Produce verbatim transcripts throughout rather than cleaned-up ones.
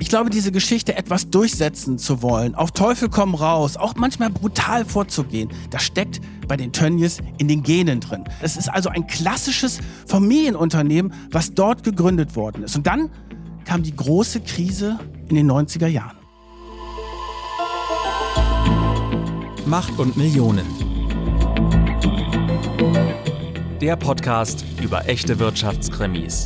Ich glaube, diese Geschichte, etwas durchsetzen zu wollen, auf Teufel komm raus, auch manchmal brutal vorzugehen, das steckt bei den Tönnies in den Genen drin. Es ist also ein klassisches Familienunternehmen, was dort gegründet worden ist. Und dann kam die große Krise in den neunziger Jahren. Macht und Millionen. Der Podcast über echte Wirtschaftskrimis.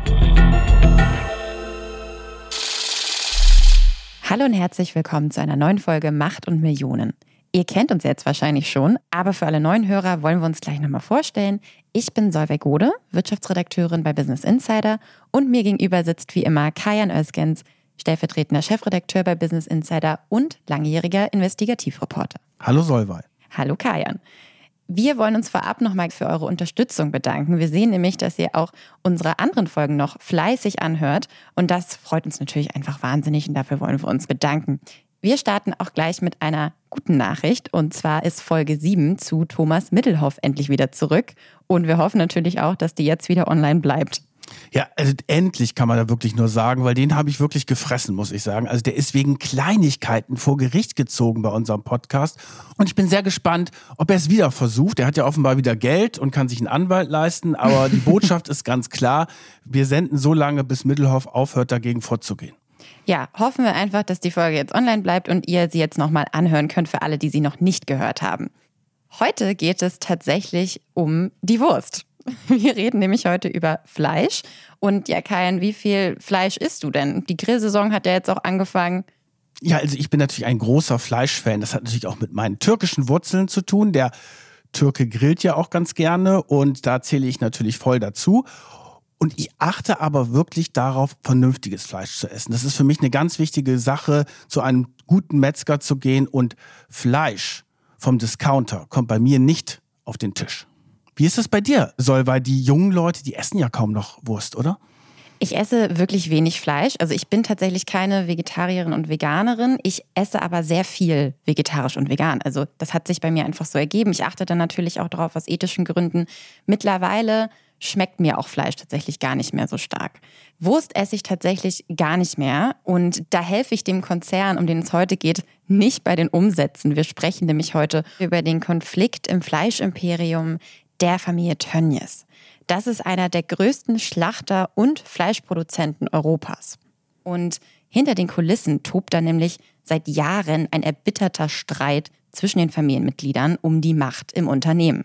Hallo und herzlich willkommen zu einer neuen Folge Macht und Millionen. Ihr kennt uns jetzt wahrscheinlich schon, aber für alle neuen Hörer wollen wir uns gleich nochmal vorstellen. Ich bin Solveig Gode, Wirtschaftsredakteurin bei Business Insider, und mir gegenüber sitzt wie immer Kajan Özgens, stellvertretender Chefredakteur bei Business Insider und langjähriger Investigativreporter. Hallo Solveig. Hallo Kajan. Wir wollen uns vorab nochmal für eure Unterstützung bedanken. Wir sehen nämlich, dass ihr auch unsere anderen Folgen noch fleißig anhört. Und das freut uns natürlich einfach wahnsinnig und dafür wollen wir uns bedanken. Wir starten auch gleich mit einer guten Nachricht. Und zwar ist Folge sieben zu Thomas Middelhoff endlich wieder zurück. Und wir hoffen natürlich auch, dass die jetzt wieder online bleibt. Ja, also endlich kann man da wirklich nur sagen, weil den habe ich wirklich gefressen, muss ich sagen. Also der ist wegen Kleinigkeiten vor Gericht gezogen bei unserem Podcast. Und ich bin sehr gespannt, ob er es wieder versucht. Er hat ja offenbar wieder Geld und kann sich einen Anwalt leisten. Aber die Botschaft ist ganz klar, wir senden so lange, bis Middelhoff aufhört, dagegen vorzugehen. Ja, hoffen wir einfach, dass die Folge jetzt online bleibt und ihr sie jetzt nochmal anhören könnt für alle, die sie noch nicht gehört haben. Heute geht es tatsächlich um die Wurst. Wir reden nämlich heute über Fleisch. Und ja, Kajan, wie viel Fleisch isst du denn? Die Grillsaison hat ja jetzt auch angefangen. Ja, also ich bin natürlich ein großer Fleischfan. Das hat natürlich auch mit meinen türkischen Wurzeln zu tun. Der Türke grillt ja auch ganz gerne und da zähle ich natürlich voll dazu. Und ich achte aber wirklich darauf, vernünftiges Fleisch zu essen. Das ist für mich eine ganz wichtige Sache, zu einem guten Metzger zu gehen. Und Fleisch vom Discounter kommt bei mir nicht auf den Tisch. Wie ist das bei dir, Solveig? Die jungen Leute, die essen ja kaum noch Wurst, oder? Ich esse wirklich wenig Fleisch. Also ich bin tatsächlich keine Vegetarierin und Veganerin. Ich esse aber sehr viel vegetarisch und vegan. Also das hat sich bei mir einfach so ergeben. Ich achte dann natürlich auch darauf aus ethischen Gründen. Mittlerweile schmeckt mir auch Fleisch tatsächlich gar nicht mehr so stark. Wurst esse ich tatsächlich gar nicht mehr. Und da helfe ich dem Konzern, um den es heute geht, nicht bei den Umsätzen. Wir sprechen nämlich heute über den Konflikt im Fleischimperium der Familie Tönnies. Das ist einer der größten Schlachter und Fleischproduzenten Europas. Und hinter den Kulissen tobt da nämlich seit Jahren ein erbitterter Streit zwischen den Familienmitgliedern um die Macht im Unternehmen.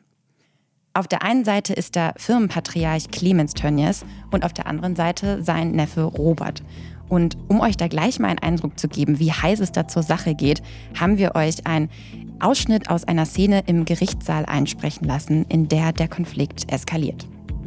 Auf der einen Seite ist da Firmenpatriarch Clemens Tönnies und auf der anderen Seite sein Neffe Robert. Und um euch da gleich mal einen Eindruck zu geben, wie heiß es da zur Sache geht, haben wir euch einen Ausschnitt aus einer Szene im Gerichtssaal einsprechen lassen, in der der Konflikt eskaliert.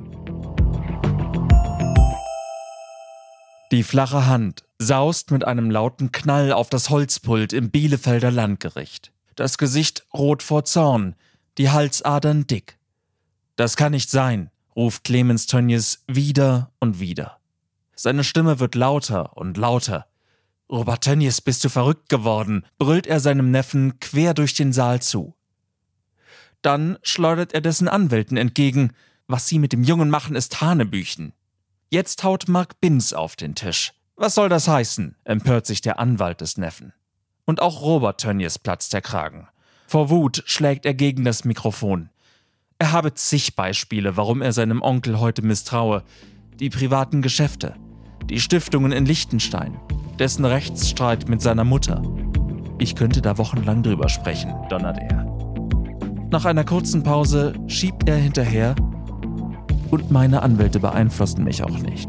Die flache Hand saust mit einem lauten Knall auf das Holzpult im Bielefelder Landgericht. Das Gesicht rot vor Zorn, die Halsadern dick. Das kann nicht sein, ruft Clemens Tönnies wieder und wieder. Seine Stimme wird lauter und lauter. »Robert Tönnies, bist du verrückt geworden?« brüllt er seinem Neffen quer durch den Saal zu. Dann schleudert er dessen Anwälten entgegen. »Was Sie mit dem Jungen machen, ist Hanebüchen.« Jetzt haut Mark Binz auf den Tisch. »Was soll das heißen?« empört sich der Anwalt des Neffen. Und auch Robert Tönnies platzt der Kragen. Vor Wut schlägt er gegen das Mikrofon. Er habe zig Beispiele, warum er seinem Onkel heute misstraue. Die privaten Geschäfte, die Stiftungen in Liechtenstein, dessen Rechtsstreit mit seiner Mutter. Ich könnte da wochenlang drüber sprechen, donnert er. Nach einer kurzen Pause schiebt er hinterher: Und meine Anwälte beeinflussen mich auch nicht.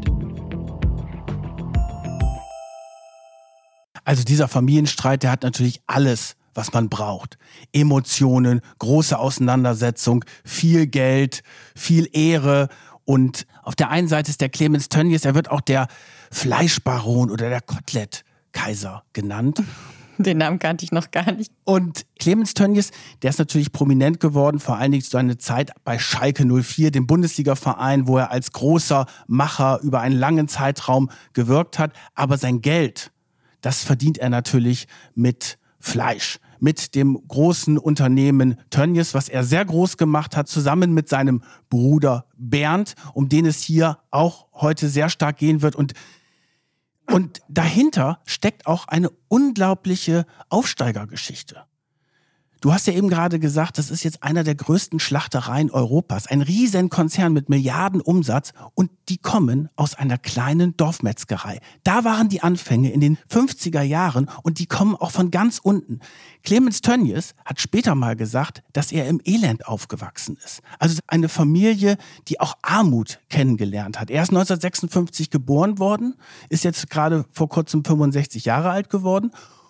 Also dieser Familienstreit, der hat natürlich alles, was man braucht. Emotionen, große Auseinandersetzung, viel Geld, viel Ehre. Und auf der einen Seite ist der Clemens Tönnies, er wird auch der Fleischbaron oder der Kotelett-Kaiser genannt. Den Namen kannte ich noch gar nicht. Und Clemens Tönnies, der ist natürlich prominent geworden, vor allen Dingen seine Zeit bei Schalke null vier, dem Bundesligaverein, wo er als großer Macher über einen langen Zeitraum gewirkt hat. Aber sein Geld, das verdient er natürlich mit Fleisch, mit dem großen Unternehmen Tönnies, was er sehr groß gemacht hat, zusammen mit seinem Bruder Bernd, um den es hier auch heute sehr stark gehen wird. Und Und dahinter steckt auch eine unglaubliche Aufsteigergeschichte. Du hast ja eben gerade gesagt, das ist jetzt einer der größten Schlachtereien Europas. Ein Riesenkonzern mit Milliarden Umsatz und die kommen aus einer kleinen Dorfmetzgerei. Da waren die Anfänge in den fünfziger Jahren und die kommen auch von ganz unten. Clemens Tönnies hat später mal gesagt, dass er im Elend aufgewachsen ist. Also eine Familie, die auch Armut kennengelernt hat. Er ist neunzehnhundertsechsundfünfzig geboren worden, ist jetzt gerade vor kurzem fünfundsechzig Jahre alt geworden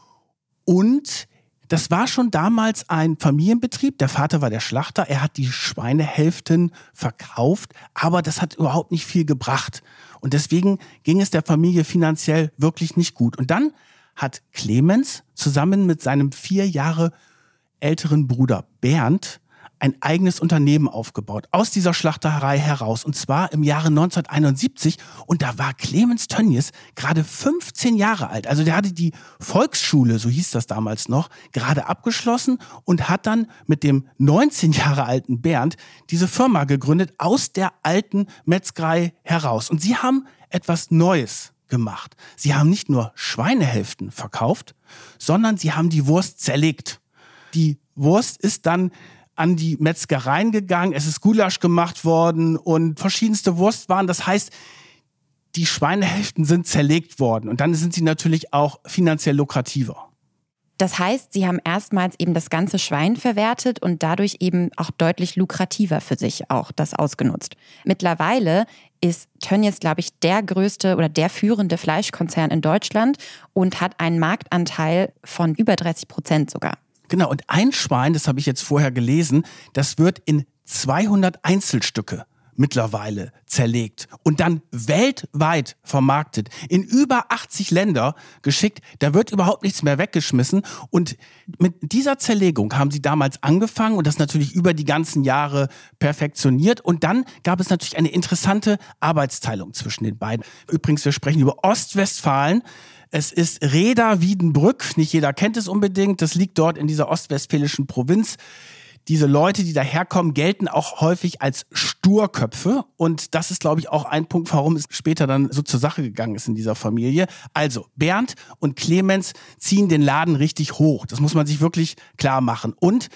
und das war schon damals ein Familienbetrieb. Der Vater war der Schlachter. Er hat die Schweinehälften verkauft, aber das hat überhaupt nicht viel gebracht. Und deswegen ging es der Familie finanziell wirklich nicht gut. Und dann hat Clemens zusammen mit seinem vier Jahre älteren Bruder Bernd ein eigenes Unternehmen aufgebaut, aus dieser Schlachterei heraus. Und zwar im Jahre neunzehnhunderteinundsiebzig. Und da war Clemens Tönnies gerade fünfzehn Jahre alt. Also der hatte die Volksschule, so hieß das damals noch, gerade abgeschlossen und hat dann mit dem neunzehn Jahre alten Bernd diese Firma gegründet, aus der alten Metzgerei heraus. Und sie haben etwas Neues gemacht. Sie haben nicht nur Schweinehälften verkauft, sondern sie haben die Wurst zerlegt. Die Wurst ist dann an die Metzgereien gegangen, es ist Gulasch gemacht worden und verschiedenste Wurstwaren. Das heißt, die Schweinehälften sind zerlegt worden und dann sind sie natürlich auch finanziell lukrativer. Das heißt, sie haben erstmals eben das ganze Schwein verwertet und dadurch eben auch deutlich lukrativer für sich auch das ausgenutzt. Mittlerweile ist Tönnies, glaube ich, der größte oder der führende Fleischkonzern in Deutschland und hat einen Marktanteil von über dreißig Prozent sogar. Genau, und ein Schwein, das habe ich jetzt vorher gelesen, das wird in zweihundert Einzelstücke mittlerweile zerlegt und dann weltweit vermarktet, in über achtzig Länder geschickt. Da wird überhaupt nichts mehr weggeschmissen. Und mit dieser Zerlegung haben sie damals angefangen und das natürlich über die ganzen Jahre perfektioniert. Und dann gab es natürlich eine interessante Arbeitsteilung zwischen den beiden. Übrigens, wir sprechen über Ostwestfalen. Es ist Reda-Wiedenbrück, nicht jeder kennt es unbedingt, das liegt dort in dieser ostwestfälischen Provinz. Diese Leute, die daherkommen, gelten auch häufig als Sturköpfe und das ist, glaube ich, auch ein Punkt, warum es später dann so zur Sache gegangen ist in dieser Familie. Also Bernd und Clemens ziehen den Laden richtig hoch, das muss man sich wirklich klar machen. Und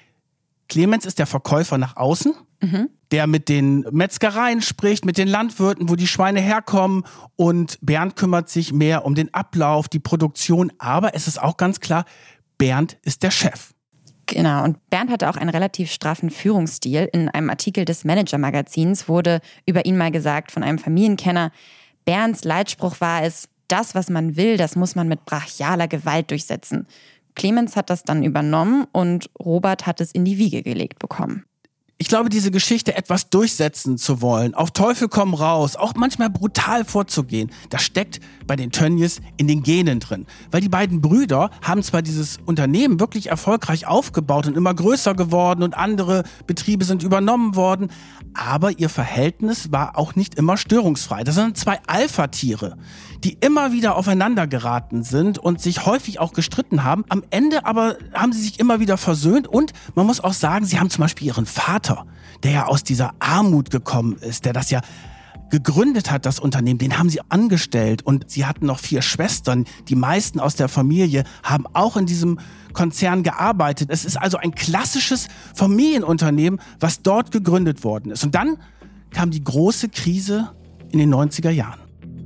Clemens ist der Verkäufer nach außen, mhm. der mit den Metzgereien spricht, mit den Landwirten, wo die Schweine herkommen und Bernd kümmert sich mehr um den Ablauf, die Produktion, aber es ist auch ganz klar, Bernd ist der Chef. Genau, und Bernd hatte auch einen relativ straffen Führungsstil. In einem Artikel des Manager-Magazins wurde über ihn mal gesagt von einem Familienkenner, Bernds Leitspruch war es, das, was man will, das muss man mit brachialer Gewalt durchsetzen. Clemens hat das dann übernommen und Robert hat es in die Wiege gelegt bekommen. Ich glaube, diese Geschichte etwas durchsetzen zu wollen, auf Teufel komm raus, auch manchmal brutal vorzugehen, das steckt bei den Tönnies in den Genen drin. Weil die beiden Brüder haben zwar dieses Unternehmen wirklich erfolgreich aufgebaut und immer größer geworden und andere Betriebe sind übernommen worden, aber ihr Verhältnis war auch nicht immer störungsfrei. Das sind zwei Alpha-Tiere, die immer wieder aufeinander geraten sind und sich häufig auch gestritten haben. Am Ende aber haben sie sich immer wieder versöhnt und man muss auch sagen, sie haben zum Beispiel ihren Vater, der ja aus dieser Armut gekommen ist, der das ja gegründet hat, das Unternehmen, den haben sie angestellt und sie hatten noch vier Schwestern. Die meisten aus der Familie haben auch in diesem Konzern gearbeitet. Es ist also ein klassisches Familienunternehmen, was dort gegründet worden ist. Und dann kam die große Krise in den neunziger Jahren.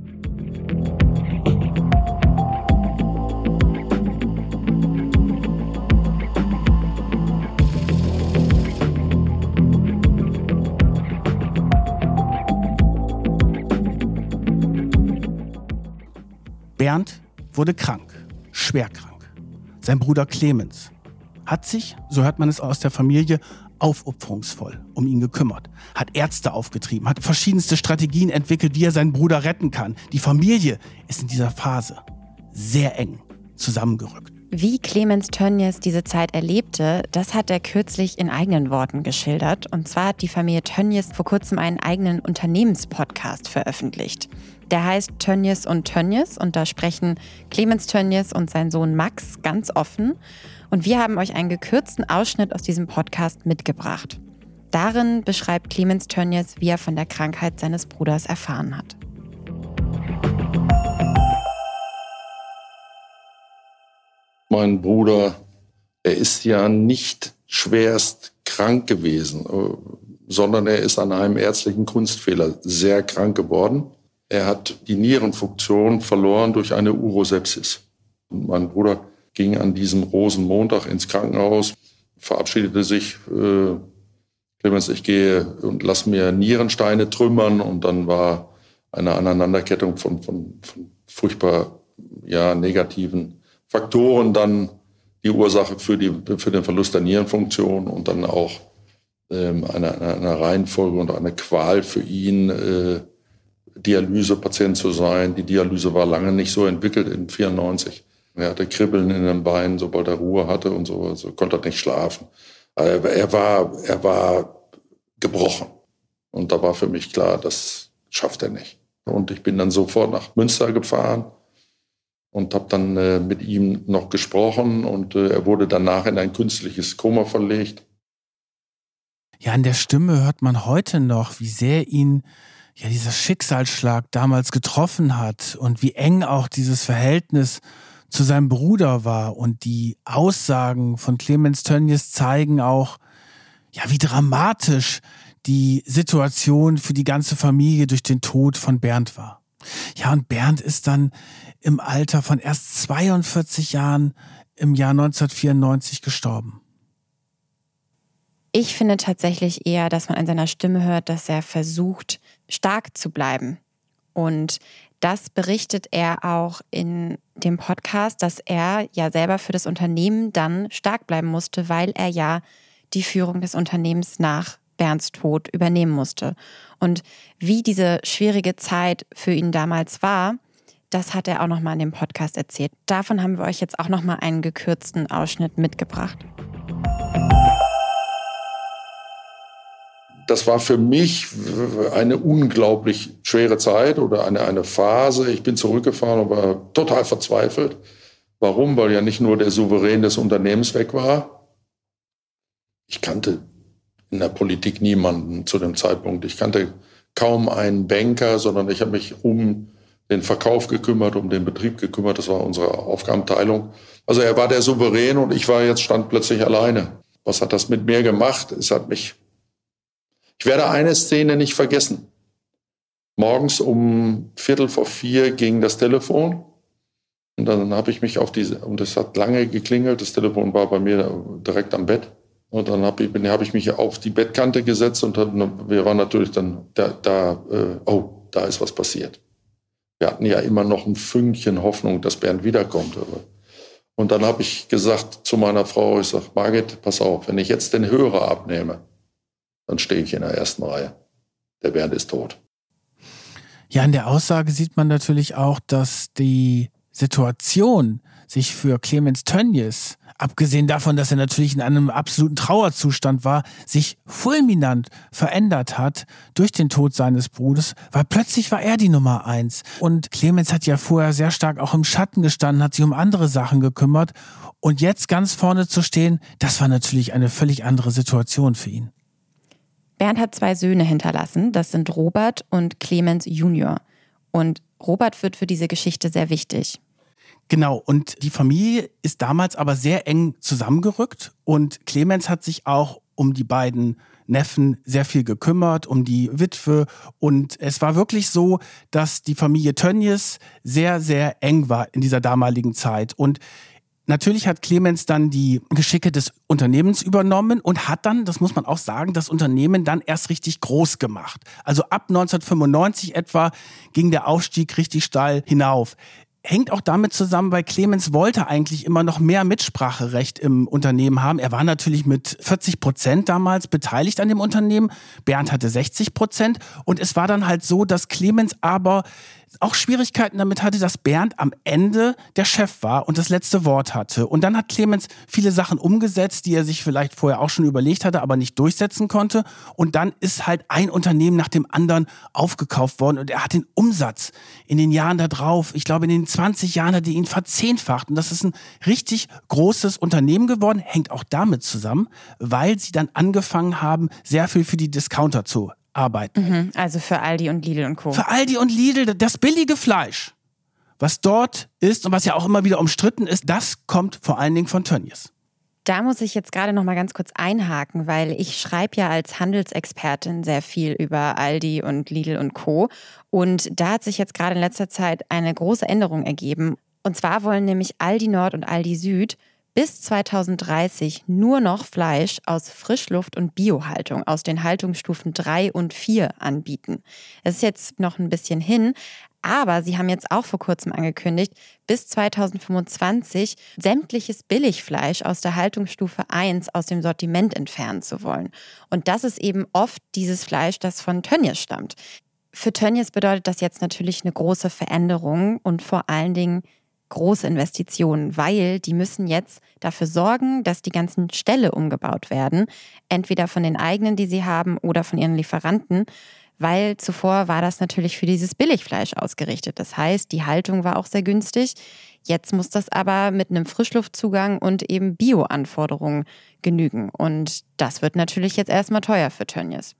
Bernd wurde krank, schwer krank. Sein Bruder Clemens hat sich, so hört man es aus der Familie, aufopferungsvoll um ihn gekümmert, hat Ärzte aufgetrieben, hat verschiedenste Strategien entwickelt, wie er seinen Bruder retten kann. Die Familie ist in dieser Phase sehr eng zusammengerückt. Wie Clemens Tönnies diese Zeit erlebte, das hat er kürzlich in eigenen Worten geschildert. Und zwar hat die Familie Tönnies vor kurzem einen eigenen Unternehmenspodcast veröffentlicht. Der heißt Tönnies und Tönnies und da sprechen Clemens Tönnies und sein Sohn Max ganz offen. Und wir haben euch einen gekürzten Ausschnitt aus diesem Podcast mitgebracht. Darin beschreibt Clemens Tönnies, wie er von der Krankheit seines Bruders erfahren hat. mein Bruder, er ist ja nicht schwerst krank gewesen, sondern er ist an einem ärztlichen Kunstfehler sehr krank geworden. Er hat die Nierenfunktion verloren durch eine Urosepsis. Und mein Bruder ging an diesem Rosenmontag ins Krankenhaus, verabschiedete sich, äh, Clemens, ich gehe und lass mir Nierensteine trümmern. Und dann war eine Aneinanderkettung von, von, von furchtbar ja, negativen Faktoren dann die Ursache für, die, für den Verlust der Nierenfunktion und dann auch ähm, eine, eine Reihenfolge und eine Qual für ihn, äh, Dialysepatient zu sein. Die Dialyse war lange nicht so entwickelt in vierundneunzig. Er hatte Kribbeln in den Beinen, sobald er Ruhe hatte und so, also konnte er nicht schlafen. Aber er war, er war gebrochen. Und da war für mich klar, das schafft er nicht. Und ich bin dann sofort nach Münster gefahren und habe dann äh, mit ihm noch gesprochen. Und äh, er wurde danach in ein künstliches Koma verlegt. Ja, an der Stimme hört man heute noch, wie sehr ihn ja dieser Schicksalsschlag damals getroffen hat und wie eng auch dieses Verhältnis zu seinem Bruder war. Und die Aussagen von Clemens Tönnies zeigen auch, ja, wie dramatisch die Situation für die ganze Familie durch den Tod von Bernd war. Ja, und Bernd ist dann im Alter von erst zweiundvierzig Jahren im Jahr neunzehnhundertvierundneunzig gestorben. Ich finde tatsächlich eher, dass man an seiner Stimme hört, dass er versucht, stark zu bleiben. Und das berichtet er auch in dem Podcast, dass er ja selber für das Unternehmen dann stark bleiben musste, weil er ja die Führung des Unternehmens nach Bernds Tod übernehmen musste. Und wie diese schwierige Zeit für ihn damals war, das hat er auch nochmal in dem Podcast erzählt. Davon haben wir euch jetzt auch nochmal einen gekürzten Ausschnitt mitgebracht. Das war für mich eine unglaublich schwere Zeit oder eine, eine Phase. Ich bin zurückgefahren und war total verzweifelt. Warum? Weil ja nicht nur der Souverän des Unternehmens weg war. Ich kannte in der Politik niemanden zu dem Zeitpunkt. Ich kannte kaum einen Banker, sondern ich habe mich um den Verkauf gekümmert, um den Betrieb gekümmert. Das war unsere Aufgabenteilung. Also er war der Souverän und ich war jetzt stand plötzlich alleine. Was hat das mit mir gemacht? Es hat mich Ich werde eine Szene nicht vergessen. Morgens um Viertel vor vier ging das Telefon und dann habe ich mich auf diese, und es hat lange geklingelt, das Telefon war bei mir direkt am Bett und dann habe ich, hab ich mich auf die Bettkante gesetzt und wir waren natürlich dann, da, da äh, oh, da ist was passiert. Wir hatten ja immer noch ein Fünkchen Hoffnung, dass Bernd wiederkommt. Und dann habe ich gesagt zu meiner Frau, ich sage, Margit, pass auf, wenn ich jetzt den Hörer abnehme, dann stehe ich in der ersten Reihe. Der Bernd ist tot. Ja, in der Aussage sieht man natürlich auch, dass die Situation sich für Clemens Tönnies, abgesehen davon, dass er natürlich in einem absoluten Trauerzustand war, sich fulminant verändert hat durch den Tod seines Bruders, weil plötzlich war er die Nummer eins. Und Clemens hat ja vorher sehr stark auch im Schatten gestanden, hat sich um andere Sachen gekümmert. Und jetzt ganz vorne zu stehen, das war natürlich eine völlig andere Situation für ihn. Bernd hat zwei Söhne hinterlassen, das sind Robert und Clemens Junior. Und Robert wird für diese Geschichte sehr wichtig. Genau, und die Familie ist damals aber sehr eng zusammengerückt und Clemens hat sich auch um die beiden Neffen sehr viel gekümmert, um die Witwe. Und es war wirklich so, dass die Familie Tönnies sehr, sehr eng war in dieser damaligen Zeit. Und natürlich hat Clemens dann die Geschicke des Unternehmens übernommen und hat dann, das muss man auch sagen, das Unternehmen dann erst richtig groß gemacht. Also ab neunzehnhundertfünfundneunzig etwa ging der Aufstieg richtig steil hinauf. Hängt auch damit zusammen, weil Clemens wollte eigentlich immer noch mehr Mitspracherecht im Unternehmen haben. Er war natürlich mit vierzig Prozent damals beteiligt an dem Unternehmen. Bernd hatte sechzig Prozent. Und es war dann halt so, dass Clemens aber auch Schwierigkeiten damit hatte, dass Bernd am Ende der Chef war und das letzte Wort hatte. Und dann hat Clemens viele Sachen umgesetzt, die er sich vielleicht vorher auch schon überlegt hatte, aber nicht durchsetzen konnte. Und dann ist halt ein Unternehmen nach dem anderen aufgekauft worden und er hat den Umsatz in den Jahren da drauf, ich glaube in den zwanzig Jahren hat er ihn verzehnfacht. Und das ist ein richtig großes Unternehmen geworden, hängt auch damit zusammen, weil sie dann angefangen haben, sehr viel für die Discounter zu arbeiten. Mhm, also für Aldi und Lidl und Co. Für Aldi und Lidl, das billige Fleisch, was dort ist und was ja auch immer wieder umstritten ist, das kommt vor allen Dingen von Tönnies. Da muss ich jetzt gerade noch mal ganz kurz einhaken, weil ich schreibe ja als Handelsexpertin sehr viel über Aldi und Lidl und Co. Und da hat sich jetzt gerade in letzter Zeit eine große Änderung ergeben. Und zwar wollen nämlich Aldi Nord und Aldi Süd bis zweitausenddreißig nur noch Fleisch aus Frischluft- und Biohaltung aus den Haltungsstufen drei und vier anbieten. Es ist jetzt noch ein bisschen hin, aber sie haben jetzt auch vor kurzem angekündigt, bis zweitausendfünfundzwanzig sämtliches Billigfleisch aus der Haltungsstufe eins aus dem Sortiment entfernen zu wollen. Und das ist eben oft dieses Fleisch, das von Tönnies stammt. Für Tönnies bedeutet das jetzt natürlich eine große Veränderung und vor allen Dingen große Investitionen, weil die müssen jetzt dafür sorgen, dass die ganzen Ställe umgebaut werden, entweder von den eigenen, die sie haben, oder von ihren Lieferanten, weil zuvor war das natürlich für dieses Billigfleisch ausgerichtet. Das heißt, die Haltung war auch sehr günstig. Jetzt muss das aber mit einem Frischluftzugang und eben Bio-Anforderungen genügen. Und das wird natürlich jetzt erstmal teuer für Tönnies.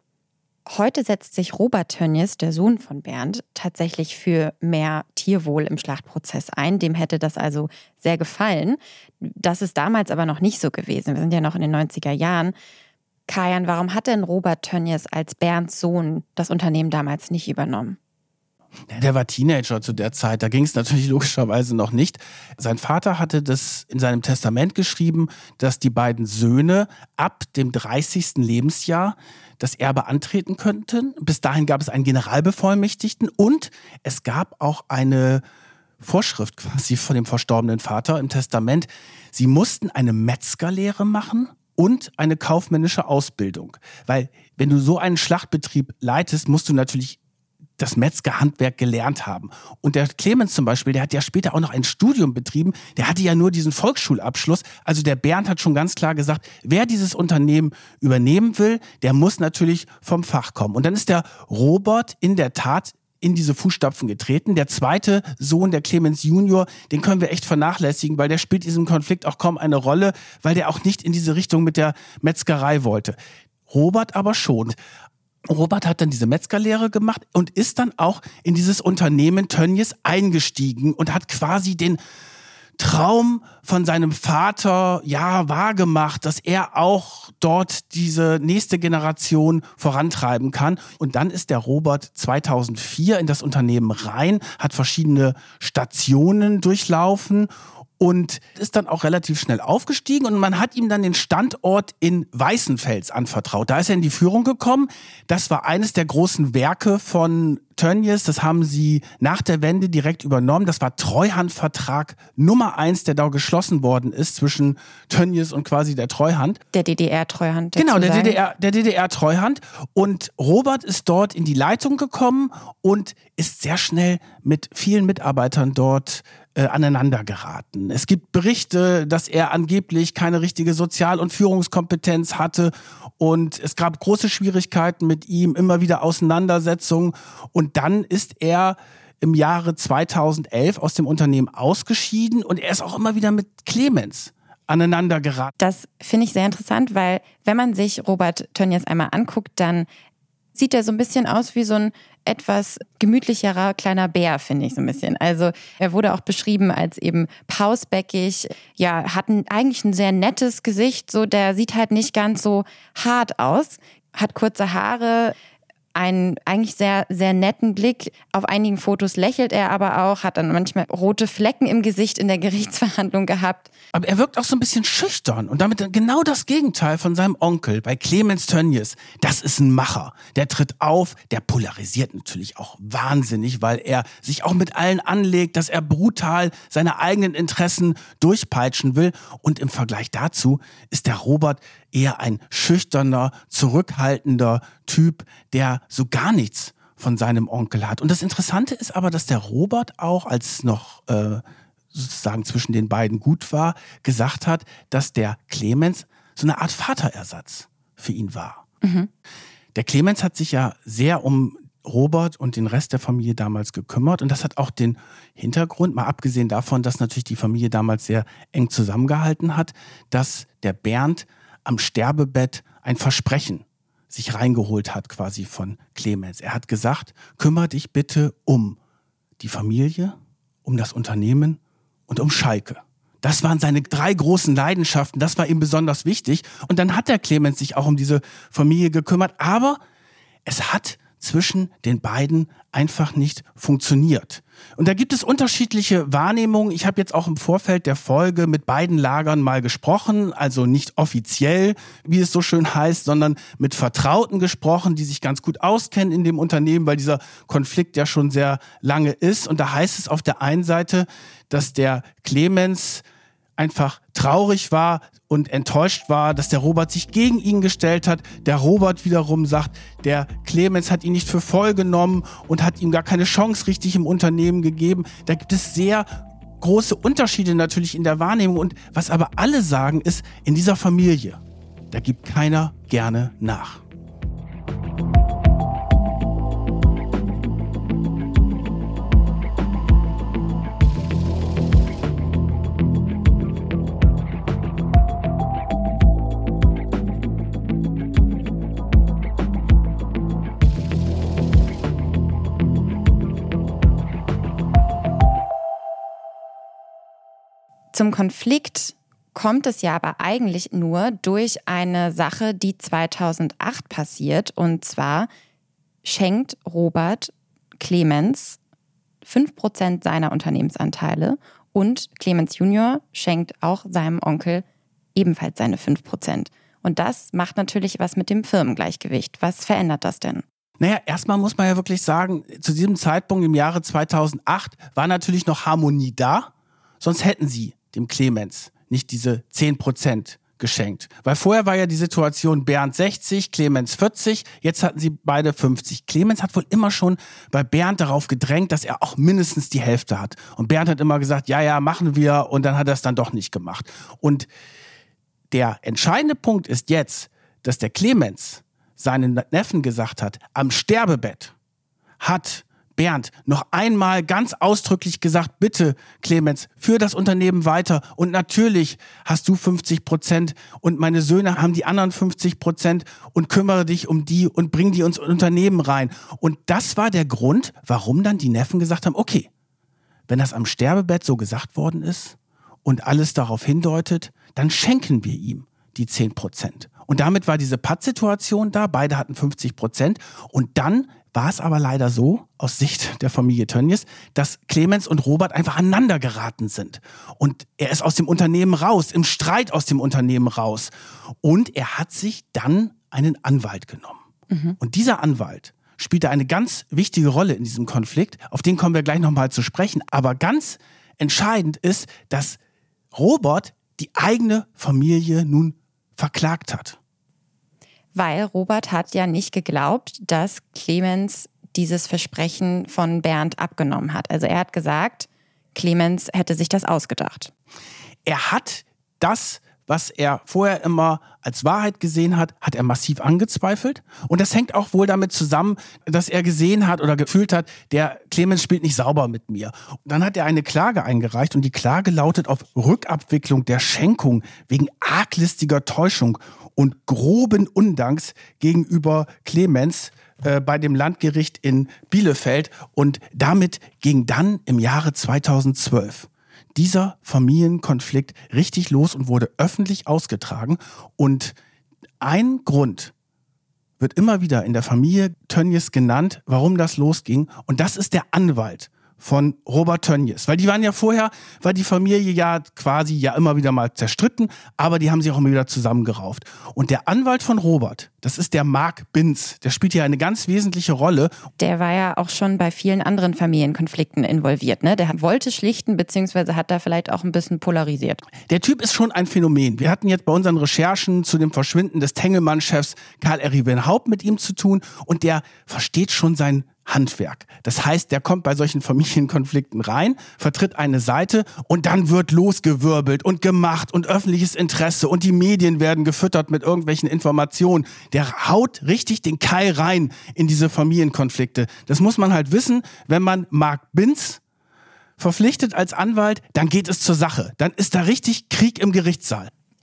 Heute setzt sich Robert Tönnies, der Sohn von Bernd, tatsächlich für mehr Tierwohl im Schlachtprozess ein. Dem hätte das also sehr gefallen. Das ist damals aber noch nicht so gewesen. Wir sind ja noch in den neunziger Jahren. Kajan, warum hat denn Robert Tönnies als Bernds Sohn das Unternehmen damals nicht übernommen? Der war Teenager zu der Zeit, da ging es natürlich logischerweise noch nicht. Sein Vater hatte das in seinem Testament geschrieben, dass die beiden Söhne ab dem dreißigsten Lebensjahr das Erbe antreten könnten. Bis dahin gab es einen Generalbevollmächtigten und es gab auch eine Vorschrift quasi von dem verstorbenen Vater im Testament. Sie mussten eine Metzgerlehre machen und eine kaufmännische Ausbildung. Weil wenn du so einen Schlachtbetrieb leitest, musst du natürlich das Metzgerhandwerk gelernt haben. Und der Clemens zum Beispiel, der hat ja später auch noch ein Studium betrieben, der hatte ja nur diesen Volksschulabschluss. Also der Bernd hat schon ganz klar gesagt, wer dieses Unternehmen übernehmen will, der muss natürlich vom Fach kommen. Und dann ist der Robert in der Tat in diese Fußstapfen getreten. Der zweite Sohn, der Clemens Junior, den können wir echt vernachlässigen, weil der spielt in diesem Konflikt auch kaum eine Rolle, weil der auch nicht in diese Richtung mit der Metzgerei wollte. Robert aber schon. Robert hat dann diese Metzgerlehre gemacht und ist dann auch in dieses Unternehmen Tönnies eingestiegen und hat quasi den Traum von seinem Vater ja wahrgemacht, dass er auch dort diese nächste Generation vorantreiben kann. Und dann ist der Robert zweitausendvier in das Unternehmen rein, hat verschiedene Stationen durchlaufen und ist dann auch relativ schnell aufgestiegen und man hat ihm dann den Standort in Weißenfels anvertraut. Da ist er in die Führung gekommen. Das war eines der großen Werke von Tönnies. Das haben sie nach der Wende direkt übernommen. Das war Treuhandvertrag Nummer eins, der da geschlossen worden ist zwischen Tönnies und quasi der Treuhand. Der D D R-Treuhand. Genau, der D D R, der D D R-Treuhand. Und Robert ist dort in die Leitung gekommen und ist sehr schnell mit vielen Mitarbeitern dort äh, aneinander geraten. Es gibt Berichte, dass er angeblich keine richtige Sozial- und Führungskompetenz hatte und es gab große Schwierigkeiten mit ihm, immer wieder Auseinandersetzungen und dann ist er im Jahre zweitausendelf aus dem Unternehmen ausgeschieden und er ist auch immer wieder mit Clemens aneinander geraten. Das finde ich sehr interessant, weil wenn man sich Robert Tönnies einmal anguckt, dann sieht er so ein bisschen aus wie so ein etwas gemütlicherer kleiner Bär, finde ich so ein bisschen. Also er wurde auch beschrieben als eben pausbäckig, ja, hat ein, eigentlich ein sehr nettes Gesicht, so der sieht halt nicht ganz so hart aus, hat kurze Haare, einen eigentlich sehr, sehr netten Blick. Auf einigen Fotos lächelt er aber auch, hat dann manchmal rote Flecken im Gesicht in der Gerichtsverhandlung gehabt. Aber er wirkt auch so ein bisschen schüchtern und damit genau das Gegenteil von seinem Onkel bei Clemens Tönnies. Das ist ein Macher. Der tritt auf, der polarisiert natürlich auch wahnsinnig, weil er sich auch mit allen anlegt, dass er brutal seine eigenen Interessen durchpeitschen will. Und im Vergleich dazu ist der Robert eher ein schüchterner, zurückhaltender Typ, der so gar nichts von seinem Onkel hat. Und das Interessante ist aber, dass der Robert auch, als es noch äh, sozusagen zwischen den beiden gut war, gesagt hat, dass der Clemens so eine Art Vaterersatz für ihn war. Mhm. Der Clemens hat sich ja sehr um Robert und den Rest der Familie damals gekümmert und das hat auch den Hintergrund, mal abgesehen davon, dass natürlich die Familie damals sehr eng zusammengehalten hat, dass der Bernd am Sterbebett ein Versprechen sich reingeholt hat quasi von Clemens. Er hat gesagt, kümmere dich bitte um die Familie, um das Unternehmen und um Schalke. Das waren seine drei großen Leidenschaften, das war ihm besonders wichtig. Und dann hat der Clemens sich auch um diese Familie gekümmert, aber es hat zwischen den beiden einfach nicht funktioniert. Und da gibt es unterschiedliche Wahrnehmungen. Ich habe jetzt auch im Vorfeld der Folge mit beiden Lagern mal gesprochen, also nicht offiziell, wie es so schön heißt, sondern mit Vertrauten gesprochen, die sich ganz gut auskennen in dem Unternehmen, weil dieser Konflikt ja schon sehr lange ist. Und da heißt es auf der einen Seite, dass der Clemens einfach traurig war und enttäuscht war, dass der Robert sich gegen ihn gestellt hat. Der Robert wiederum sagt, der Clemens hat ihn nicht für voll genommen und hat ihm gar keine Chance richtig im Unternehmen gegeben. Da gibt es sehr große Unterschiede natürlich in der Wahrnehmung. Und was aber alle sagen ist, in dieser Familie, da gibt keiner gerne nach. Zum Konflikt kommt es ja aber eigentlich nur durch eine Sache, die zweitausendacht passiert. Und zwar schenkt Robert Clemens fünf Prozent seiner Unternehmensanteile und Clemens Junior schenkt auch seinem Onkel ebenfalls seine fünf Prozent. Und das macht natürlich was mit dem Firmengleichgewicht. Was verändert das denn? Naja, erstmal muss man ja wirklich sagen, zu diesem Zeitpunkt im Jahre zweitausendacht war natürlich noch Harmonie da, sonst hätten sie dem Clemens nicht diese zehn Prozent geschenkt. Weil vorher war ja die Situation Bernd sechzig, Clemens vierzig, jetzt hatten sie beide fünfzig. Clemens hat wohl immer schon bei Bernd darauf gedrängt, dass er auch mindestens die Hälfte hat. Und Bernd hat immer gesagt, ja, ja, machen wir, und dann hat er es dann doch nicht gemacht. Und der entscheidende Punkt ist jetzt, dass der Clemens seinen Neffen gesagt hat, am Sterbebett hat Bernd noch einmal ganz ausdrücklich gesagt, bitte Clemens, führ das Unternehmen weiter und natürlich hast du fünfzig Prozent und meine Söhne haben die anderen fünfzig Prozent und kümmere dich um die und bring die ins Unternehmen rein. Und das war der Grund, warum dann die Neffen gesagt haben, okay, wenn das am Sterbebett so gesagt worden ist und alles darauf hindeutet, dann schenken wir ihm die zehn Prozent. Und damit war diese Pattsituation da, beide hatten fünfzig Prozent und dann war es aber leider so, aus Sicht der Familie Tönnies, dass Clemens und Robert einfach aneinander geraten sind. Und er ist aus dem Unternehmen raus, im Streit aus dem Unternehmen raus. Und er hat sich dann einen Anwalt genommen. Mhm. Und dieser Anwalt spielte eine ganz wichtige Rolle in diesem Konflikt. Auf den kommen wir gleich nochmal zu sprechen. Aber ganz entscheidend ist, dass Robert die eigene Familie nun verklagt hat. Weil Robert hat ja nicht geglaubt, dass Clemens dieses Versprechen von Bernd abgenommen hat. Also er hat gesagt, Clemens hätte sich das ausgedacht. Er hat das, was er vorher immer als Wahrheit gesehen hat, hat er massiv angezweifelt. Und das hängt auch wohl damit zusammen, dass er gesehen hat oder gefühlt hat, der Clemens spielt nicht sauber mit mir. Und dann hat er eine Klage eingereicht und die Klage lautet auf Rückabwicklung der Schenkung wegen arglistiger Täuschung und groben Undanks gegenüber Clemens äh, bei dem Landgericht in Bielefeld. Und damit ging dann im Jahre zweitausendzwölf dieser Familienkonflikt richtig los und wurde öffentlich ausgetragen. Und ein Grund wird immer wieder in der Familie Tönnies genannt, warum das losging. Und das ist der Anwalt von Robert Tönnies. Weil die waren ja vorher, war die Familie ja quasi ja immer wieder mal zerstritten, aber die haben sich auch immer wieder zusammengerauft. Und der Anwalt von Robert, das ist der Marc Binz, der spielt hier eine ganz wesentliche Rolle. Der war ja auch schon bei vielen anderen Familienkonflikten involviert, ne? Der wollte schlichten, beziehungsweise hat da vielleicht auch ein bisschen polarisiert. Der Typ ist schon ein Phänomen. Wir hatten jetzt bei unseren Recherchen zu dem Verschwinden des Tengelmann-Chefs Karl-Erwin Haupt mit ihm zu tun und der versteht schon sein Handwerk. Das heißt, der kommt bei solchen Familienkonflikten rein, vertritt eine Seite und dann wird losgewirbelt und gemacht und öffentliches Interesse und die Medien werden gefüttert mit irgendwelchen Informationen. Der haut richtig den Keil rein in diese Familienkonflikte. Das muss man halt wissen, wenn man Marc Binz verpflichtet als Anwalt, dann geht es zur Sache. Dann ist da richtig Krieg im Gerichtssaal.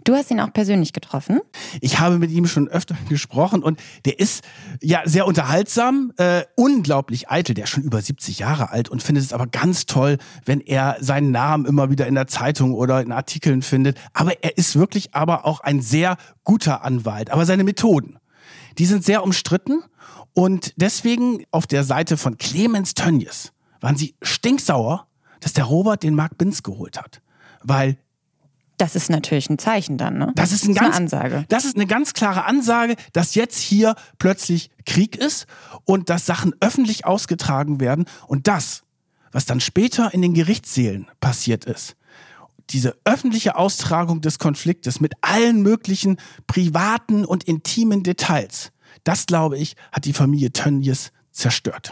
Du hast ihn auch persönlich getroffen? Ich habe mit ihm schon öfter gesprochen und der ist ja sehr unterhaltsam, äh, unglaublich eitel. Der ist schon über siebzig Jahre alt und findet es aber ganz toll, wenn er seinen Namen immer wieder in der Zeitung oder in Artikeln findet. Aber er ist wirklich aber auch ein sehr guter Anwalt. Aber seine Methoden, die sind sehr umstritten und deswegen auf der Seite von Clemens Tönnies waren sie stinksauer, dass der Robert den Marc Binz geholt hat. Weil das ist natürlich ein Zeichen dann, ne? Das ist, ein das ist ganz, eine Ansage. Das ist eine ganz klare Ansage, dass jetzt hier plötzlich Krieg ist und dass Sachen öffentlich ausgetragen werden. Und das, was dann später in den Gerichtssälen passiert ist, diese öffentliche Austragung des Konfliktes mit allen möglichen privaten und intimen Details, das, glaube ich, hat die Familie Tönnies zerstört.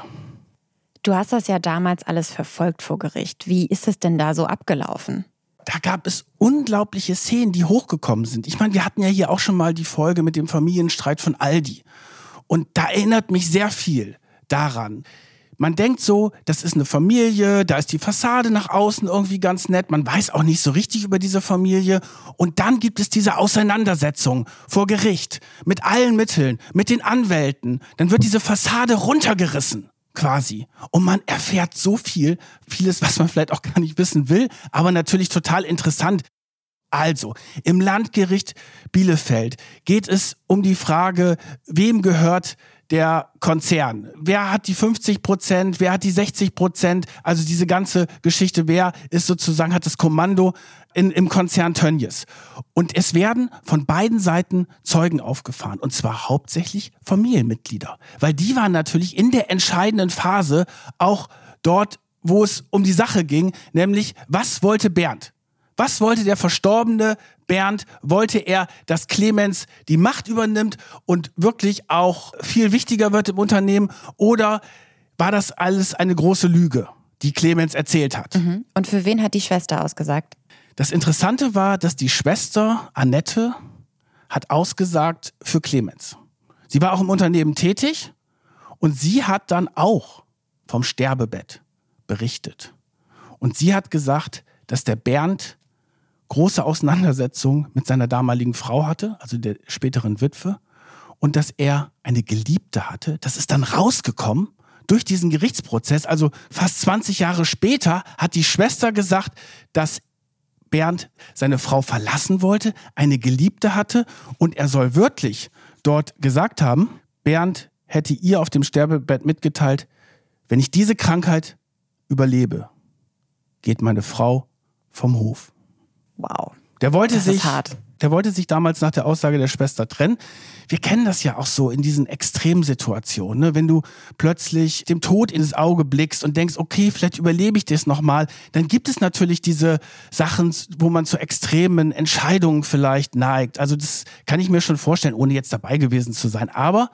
Du hast das ja damals alles verfolgt vor Gericht. Wie ist es denn da so abgelaufen? Da gab es unglaubliche Szenen, die hochgekommen sind. Ich meine, wir hatten ja hier auch schon mal die Folge mit dem Familienstreit von Aldi. Und da erinnert mich sehr viel daran. Man denkt so, das ist eine Familie, da ist die Fassade nach außen irgendwie ganz nett. Man weiß auch nicht so richtig über diese Familie. Und dann gibt es diese Auseinandersetzung vor Gericht mit allen Mitteln, mit den Anwälten. Dann wird diese Fassade runtergerissen. Quasi. Und man erfährt so viel, vieles, was man vielleicht auch gar nicht wissen will, aber natürlich total interessant. Also, im Landgericht Bielefeld geht es um die Frage, wem gehört der Konzern? Wer hat die fünfzig Prozent? Wer hat die sechzig Prozent? Also diese ganze Geschichte, wer ist sozusagen, hat das Kommando in, im Konzern Tönnies? Und es werden von beiden Seiten Zeugen aufgefahren. Und zwar hauptsächlich Familienmitglieder. Weil die waren natürlich in der entscheidenden Phase auch dort, wo es um die Sache ging. Nämlich, was wollte Bernd? Was wollte der verstorbene Bernd? Wollte er, dass Clemens die Macht übernimmt und wirklich auch viel wichtiger wird im Unternehmen? Oder war das alles eine große Lüge, die Clemens erzählt hat? Mhm. Und für wen hat die Schwester ausgesagt? Das Interessante war, dass die Schwester Annette hat ausgesagt für Clemens. Sie war auch im Unternehmen tätig und sie hat dann auch vom Sterbebett berichtet. Und sie hat gesagt, dass der Bernd große Auseinandersetzungen mit seiner damaligen Frau hatte, also der späteren Witwe, und dass er eine Geliebte hatte. Das ist dann rausgekommen durch diesen Gerichtsprozess. Also fast zwanzig Jahre später hat die Schwester gesagt, dass Bernd seine Frau verlassen wollte, eine Geliebte hatte und er soll wörtlich dort gesagt haben, Bernd hätte ihr auf dem Sterbebett mitgeteilt, wenn ich diese Krankheit überlebe, geht meine Frau vom Hof. Wow. Der wollte das sich, ist hart. Der wollte sich damals nach der Aussage der Schwester trennen. Wir kennen das ja auch so in diesen Extremsituationen, ne? Wenn du plötzlich dem Tod ins Auge blickst und denkst, okay, vielleicht überlebe ich das nochmal, dann gibt es natürlich diese Sachen, wo man zu extremen Entscheidungen vielleicht neigt. Also das kann ich mir schon vorstellen, ohne jetzt dabei gewesen zu sein. Aber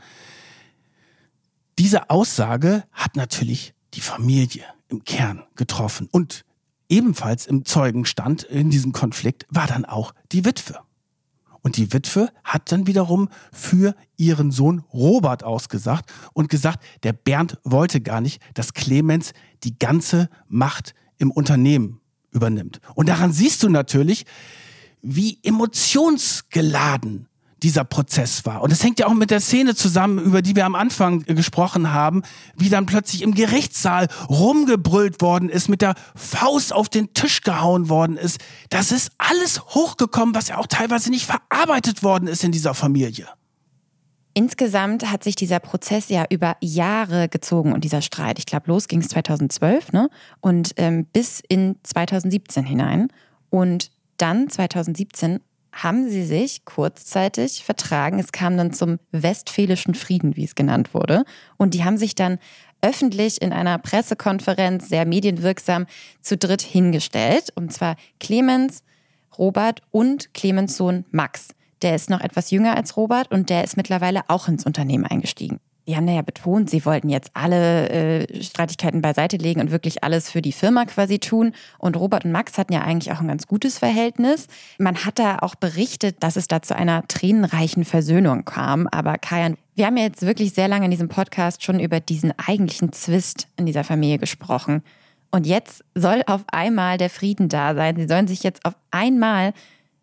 diese Aussage hat natürlich die Familie im Kern getroffen. Und ebenfalls im Zeugenstand in diesem Konflikt war dann auch die Witwe. Und die Witwe hat dann wiederum für ihren Sohn Robert ausgesagt und gesagt, der Bernd wollte gar nicht, dass Clemens die ganze Macht im Unternehmen übernimmt. Und daran siehst du natürlich, wie emotionsgeladen dieser Prozess war. Und das hängt ja auch mit der Szene zusammen, über die wir am Anfang gesprochen haben, wie dann plötzlich im Gerichtssaal rumgebrüllt worden ist, mit der Faust auf den Tisch gehauen worden ist. Das ist alles hochgekommen, was ja auch teilweise nicht verarbeitet worden ist in dieser Familie. Insgesamt hat sich dieser Prozess ja über Jahre gezogen und dieser Streit. Ich glaube, los ging es zweitausendzwölf, ne? Und ähm, bis in zweitausendsiebzehn hinein. Und dann zweitausendsiebzehn haben sie sich kurzzeitig vertragen. Es kam dann zum Westfälischen Frieden, wie es genannt wurde. Und die haben sich dann öffentlich in einer Pressekonferenz, sehr medienwirksam, zu dritt hingestellt. Und zwar Clemens, Robert und Clemens Sohn Max. Der ist noch etwas jünger als Robert und der ist mittlerweile auch ins Unternehmen eingestiegen. Die haben ja betont, sie wollten jetzt alle äh, Streitigkeiten beiseite legen und wirklich alles für die Firma quasi tun. Und Robert und Max hatten ja eigentlich auch ein ganz gutes Verhältnis. Man hat da auch berichtet, dass es da zu einer tränenreichen Versöhnung kam. Aber Kajan, wir haben ja jetzt wirklich sehr lange in diesem Podcast schon über diesen eigentlichen Zwist in dieser Familie gesprochen. Und jetzt soll auf einmal der Frieden da sein. Sie sollen sich jetzt auf einmal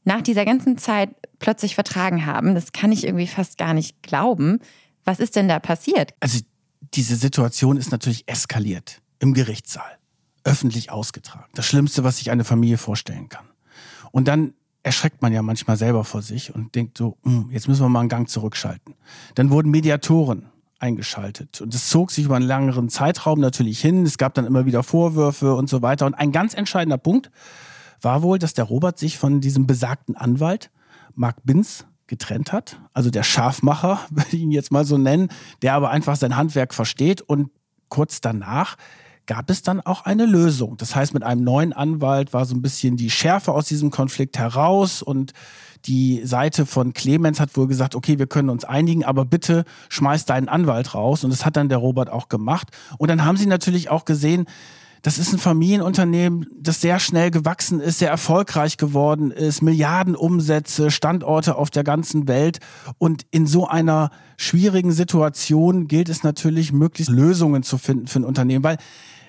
nach dieser ganzen Zeit plötzlich vertragen haben. Das kann ich irgendwie fast gar nicht glauben. Was ist denn da passiert? Also diese Situation ist natürlich eskaliert im Gerichtssaal, öffentlich ausgetragen. Das Schlimmste, was sich eine Familie vorstellen kann. Und dann erschreckt man ja manchmal selber vor sich und denkt so, jetzt müssen wir mal einen Gang zurückschalten. Dann wurden Mediatoren eingeschaltet und es zog sich über einen längeren Zeitraum natürlich hin. Es gab dann immer wieder Vorwürfe und so weiter. Und ein ganz entscheidender Punkt war wohl, dass der Robert sich von diesem besagten Anwalt, Marc Binz, getrennt hat. Also der Scharfmacher, würde ich ihn jetzt mal so nennen, der aber einfach sein Handwerk versteht. Und kurz danach gab es dann auch eine Lösung. Das heißt, mit einem neuen Anwalt war so ein bisschen die Schärfe aus diesem Konflikt heraus und die Seite von Clemens hat wohl gesagt, okay, wir können uns einigen, aber bitte schmeiß deinen Anwalt raus. Und das hat dann der Robert auch gemacht. Und dann haben sie natürlich auch gesehen, das ist ein Familienunternehmen, das sehr schnell gewachsen ist, sehr erfolgreich geworden ist, Milliardenumsätze, Standorte auf der ganzen Welt. Und in so einer schwierigen Situation gilt es natürlich, möglichst Lösungen zu finden für ein Unternehmen, weil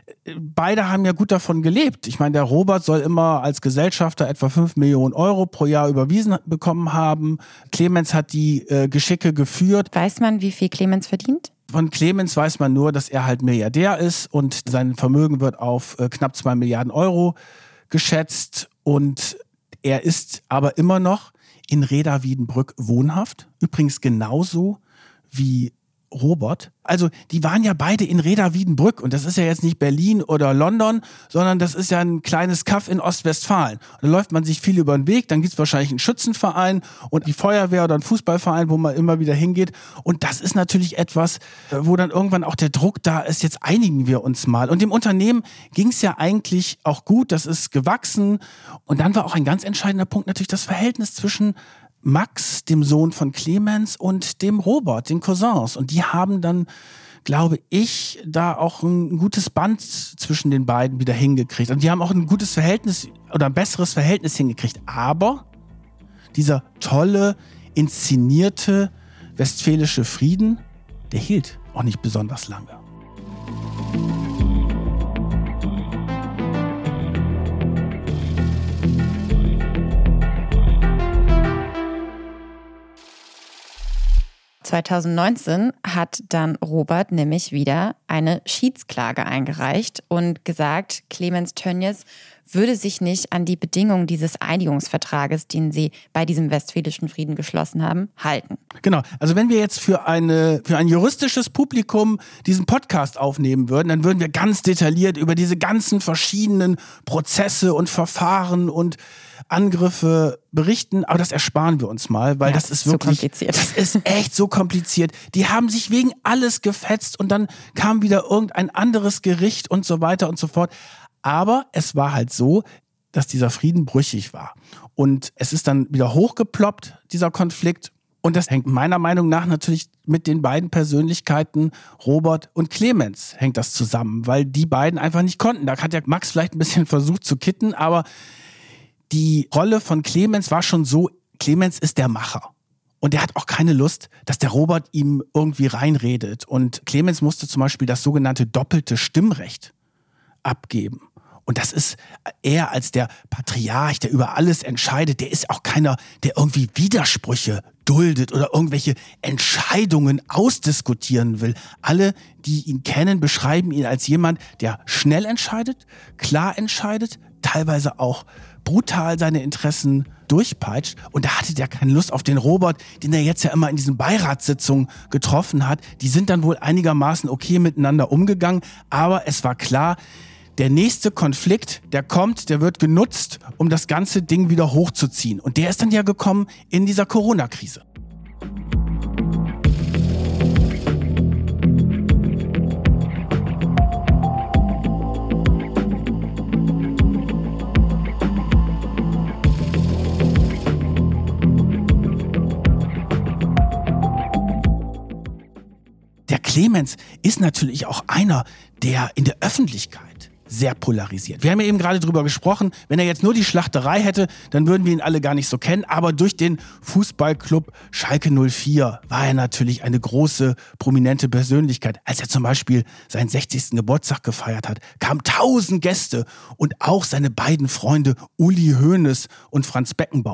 beide haben ja gut davon gelebt. Ich meine, der Robert soll immer als Gesellschafter etwa fünf Millionen Euro pro Jahr überwiesen bekommen haben. Clemens hat die äh, Geschicke geführt. Weiß man, wie viel Clemens verdient? Von Clemens weiß man nur, dass er halt Milliardär ist und sein Vermögen wird auf äh, knapp zwei Milliarden Euro geschätzt. Und er ist aber immer noch in Reda-Wiedenbrück wohnhaft. Übrigens genauso wie Robert. Also die waren ja beide in Reda-Wiedenbrück und das ist ja jetzt nicht Berlin oder London, sondern das ist ja ein kleines Kaff in Ostwestfalen. Und da läuft man sich viel über den Weg, dann gibt es wahrscheinlich einen Schützenverein und die Feuerwehr oder einen Fußballverein, wo man immer wieder hingeht. Und das ist natürlich etwas, wo dann irgendwann auch der Druck da ist, jetzt einigen wir uns mal. Und dem Unternehmen ging es ja eigentlich auch gut, das ist gewachsen. Und dann war auch ein ganz entscheidender Punkt natürlich das Verhältnis zwischen Max, dem Sohn von Clemens, und dem Robert, den Cousins. Und die haben dann, glaube ich, da auch ein gutes Band zwischen den beiden wieder hingekriegt. Und die haben auch ein gutes Verhältnis oder ein besseres Verhältnis hingekriegt. Aber dieser tolle, inszenierte westfälische Frieden, der hielt auch nicht besonders lange. zwanzig neunzehn hat dann Robert nämlich wieder eine Schiedsklage eingereicht und gesagt, Clemens Tönjes würde sich nicht an die Bedingungen dieses Einigungsvertrages, den sie bei diesem Westfälischen Frieden geschlossen haben, halten. Genau. Also wenn wir jetzt für eine für ein juristisches Publikum diesen Podcast aufnehmen würden, dann würden wir ganz detailliert über diese ganzen verschiedenen Prozesse und Verfahren und Angriffe berichten, aber das ersparen wir uns mal, weil ja, das ist wirklich, so kompliziert. Das ist echt so kompliziert. Die haben sich wegen alles gefetzt und dann kam wieder irgendein anderes Gericht und so weiter und so fort. Aber es war halt so, dass dieser Frieden brüchig war. Und es ist dann wieder hochgeploppt, dieser Konflikt. Und das hängt meiner Meinung nach natürlich mit den beiden Persönlichkeiten, Robert und Clemens, hängt das zusammen, weil die beiden einfach nicht konnten. Da hat ja Max vielleicht ein bisschen versucht zu kitten, aber die Rolle von Clemens war schon so, Clemens ist der Macher. Und der hat auch keine Lust, dass der Robert ihm irgendwie reinredet. Und Clemens musste zum Beispiel das sogenannte doppelte Stimmrecht abgeben. Und das ist er als der Patriarch, der über alles entscheidet, der ist auch keiner, der irgendwie Widersprüche duldet oder irgendwelche Entscheidungen ausdiskutieren will. Alle, die ihn kennen, beschreiben ihn als jemand, der schnell entscheidet, klar entscheidet, teilweise auch brutal seine Interessen durchpeitscht. Und da hatte der keine Lust auf den Robert, den er jetzt ja immer in diesen Beiratssitzungen getroffen hat. Die sind dann wohl einigermaßen okay miteinander umgegangen. Aber es war klar, der nächste Konflikt, der kommt, der wird genutzt, um das ganze Ding wieder hochzuziehen. Und der ist dann ja gekommen in dieser Corona-Krise. Der Clemens ist natürlich auch einer, der in der Öffentlichkeit sehr polarisiert. Wir haben ja eben gerade drüber gesprochen, wenn er jetzt nur die Schlachterei hätte, dann würden wir ihn alle gar nicht so kennen, aber durch den Fußballclub Schalke null vier war er natürlich eine große, prominente Persönlichkeit. Als er zum Beispiel seinen sechzigsten Geburtstag gefeiert hat, kamen tausend Gäste und auch seine beiden Freunde Uli Hoeneß und Franz Beckenbauer.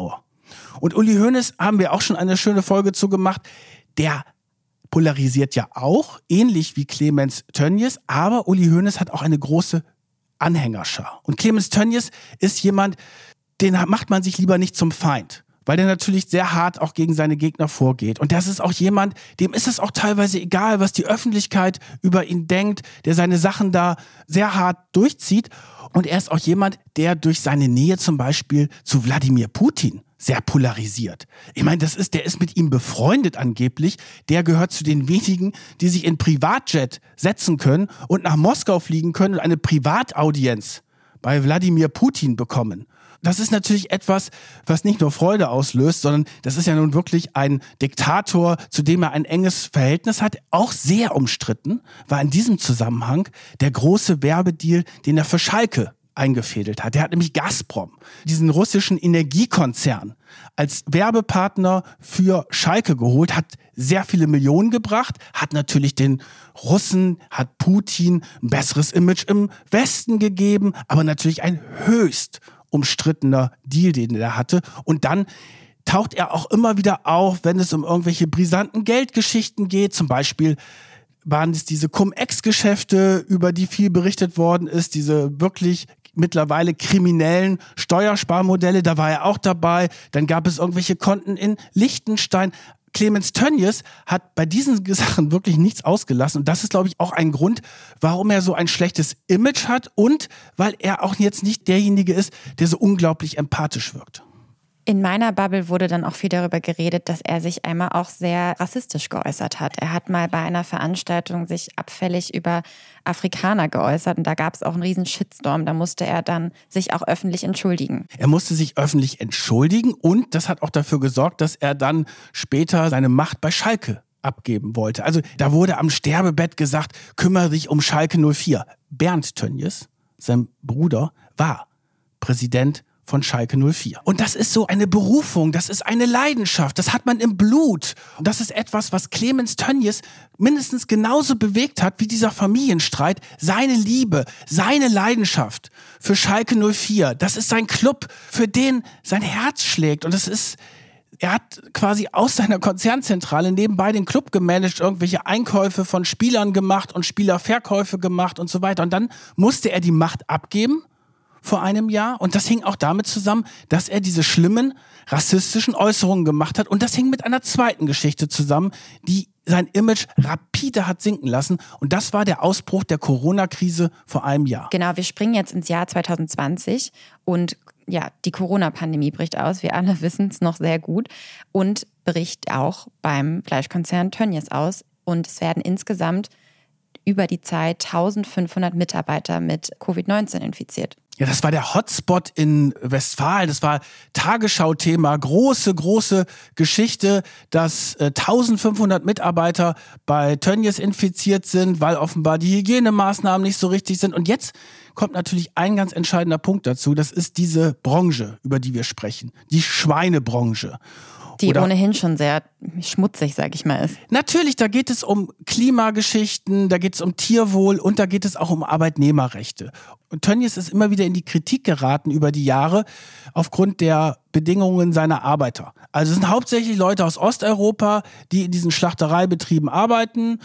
Und Uli Hoeneß haben wir auch schon eine schöne Folge zu gemacht. Der polarisiert ja auch, ähnlich wie Clemens Tönnies, aber Uli Hoeneß hat auch eine große Anhängerschar. Und Clemens Tönnies ist jemand, den macht man sich lieber nicht zum Feind, weil der natürlich sehr hart auch gegen seine Gegner vorgeht. Und das ist auch jemand, dem ist es auch teilweise egal, was die Öffentlichkeit über ihn denkt, der seine Sachen da sehr hart durchzieht. Und er ist auch jemand, der durch seine Nähe zum Beispiel zu Wladimir Putin sehr polarisiert. Ich meine, das ist, der ist mit ihm befreundet angeblich. Der gehört zu den wenigen, die sich in Privatjet setzen können und nach Moskau fliegen können und eine Privataudienz bei Wladimir Putin bekommen. Das ist natürlich etwas, was nicht nur Freude auslöst, sondern das ist ja nun wirklich ein Diktator, zu dem er ein enges Verhältnis hat. Auch sehr umstritten war in diesem Zusammenhang der große Werbedeal, den er für Schalke eingefädelt hat. Der hat nämlich Gazprom, diesen russischen Energiekonzern, als Werbepartner für Schalke geholt, hat sehr viele Millionen gebracht, hat natürlich den Russen, hat Putin ein besseres Image im Westen gegeben, aber natürlich ein höchst umstrittener Deal, den er hatte. Und dann taucht er auch immer wieder auf, wenn es um irgendwelche brisanten Geldgeschichten geht, zum Beispiel waren es diese Cum-Ex-Geschäfte, über die viel berichtet worden ist, diese wirklich mittlerweile kriminellen Steuersparmodelle, da war er auch dabei. Dann gab es irgendwelche Konten in Liechtenstein. Clemens Tönnies hat bei diesen Sachen wirklich nichts ausgelassen. Und das ist, glaube ich, auch ein Grund, warum er so ein schlechtes Image hat und weil er auch jetzt nicht derjenige ist, der so unglaublich empathisch wirkt. In meiner Bubble wurde dann auch viel darüber geredet, dass er sich einmal auch sehr rassistisch geäußert hat. Er hat mal bei einer Veranstaltung sich abfällig über Afrikaner geäußert und da gab es auch einen riesen Shitstorm. Da musste er dann sich auch öffentlich entschuldigen. Er musste sich öffentlich entschuldigen und das hat auch dafür gesorgt, dass er dann später seine Macht bei Schalke abgeben wollte. Also da wurde am Sterbebett gesagt, kümmere dich um Schalke null vier. Bernd Tönnies, sein Bruder, war Präsident von Schalke null vier. Und das ist so eine Berufung, das ist eine Leidenschaft, das hat man im Blut. Und das ist etwas, was Clemens Tönnies mindestens genauso bewegt hat wie dieser Familienstreit. Seine Liebe, seine Leidenschaft für Schalke null vier, das ist sein Club, für den sein Herz schlägt. Und das ist, er hat quasi aus seiner Konzernzentrale nebenbei den Club gemanagt, irgendwelche Einkäufe von Spielern gemacht und Spielerverkäufe gemacht und so weiter. Und dann musste er die Macht abgeben vor einem Jahr. Und das hing auch damit zusammen, dass er diese schlimmen rassistischen Äußerungen gemacht hat. Und das hing mit einer zweiten Geschichte zusammen, die sein Image rapide hat sinken lassen. Und das war der Ausbruch der Corona-Krise vor einem Jahr. Genau, wir springen jetzt ins Jahr zwanzig zwanzig und ja, die Corona-Pandemie bricht aus. Wir alle wissen es noch sehr gut und bricht auch beim Fleischkonzern Tönnies aus. Und es werden insgesamt über die Zeit eintausendfünfhundert Mitarbeiter mit Covid neunzehn infiziert. Ja, das war der Hotspot in Westfalen. Das war Tagesschau-Thema. Große, große Geschichte, dass äh, eintausendfünfhundert Mitarbeiter bei Tönnies infiziert sind, weil offenbar die Hygienemaßnahmen nicht so richtig sind. Und jetzt kommt natürlich ein ganz entscheidender Punkt dazu. Das ist diese Branche, über die wir sprechen. Die Schweinebranche. Die Oder ohnehin schon sehr schmutzig, sag ich mal, ist. Natürlich, da geht es um Klimageschichten, da geht es um Tierwohl und da geht es auch um Arbeitnehmerrechte. Und Tönnies ist immer wieder in die Kritik geraten über die Jahre aufgrund der Bedingungen seiner Arbeiter. Also es sind hauptsächlich Leute aus Osteuropa, die in diesen Schlachtereibetrieben arbeiten.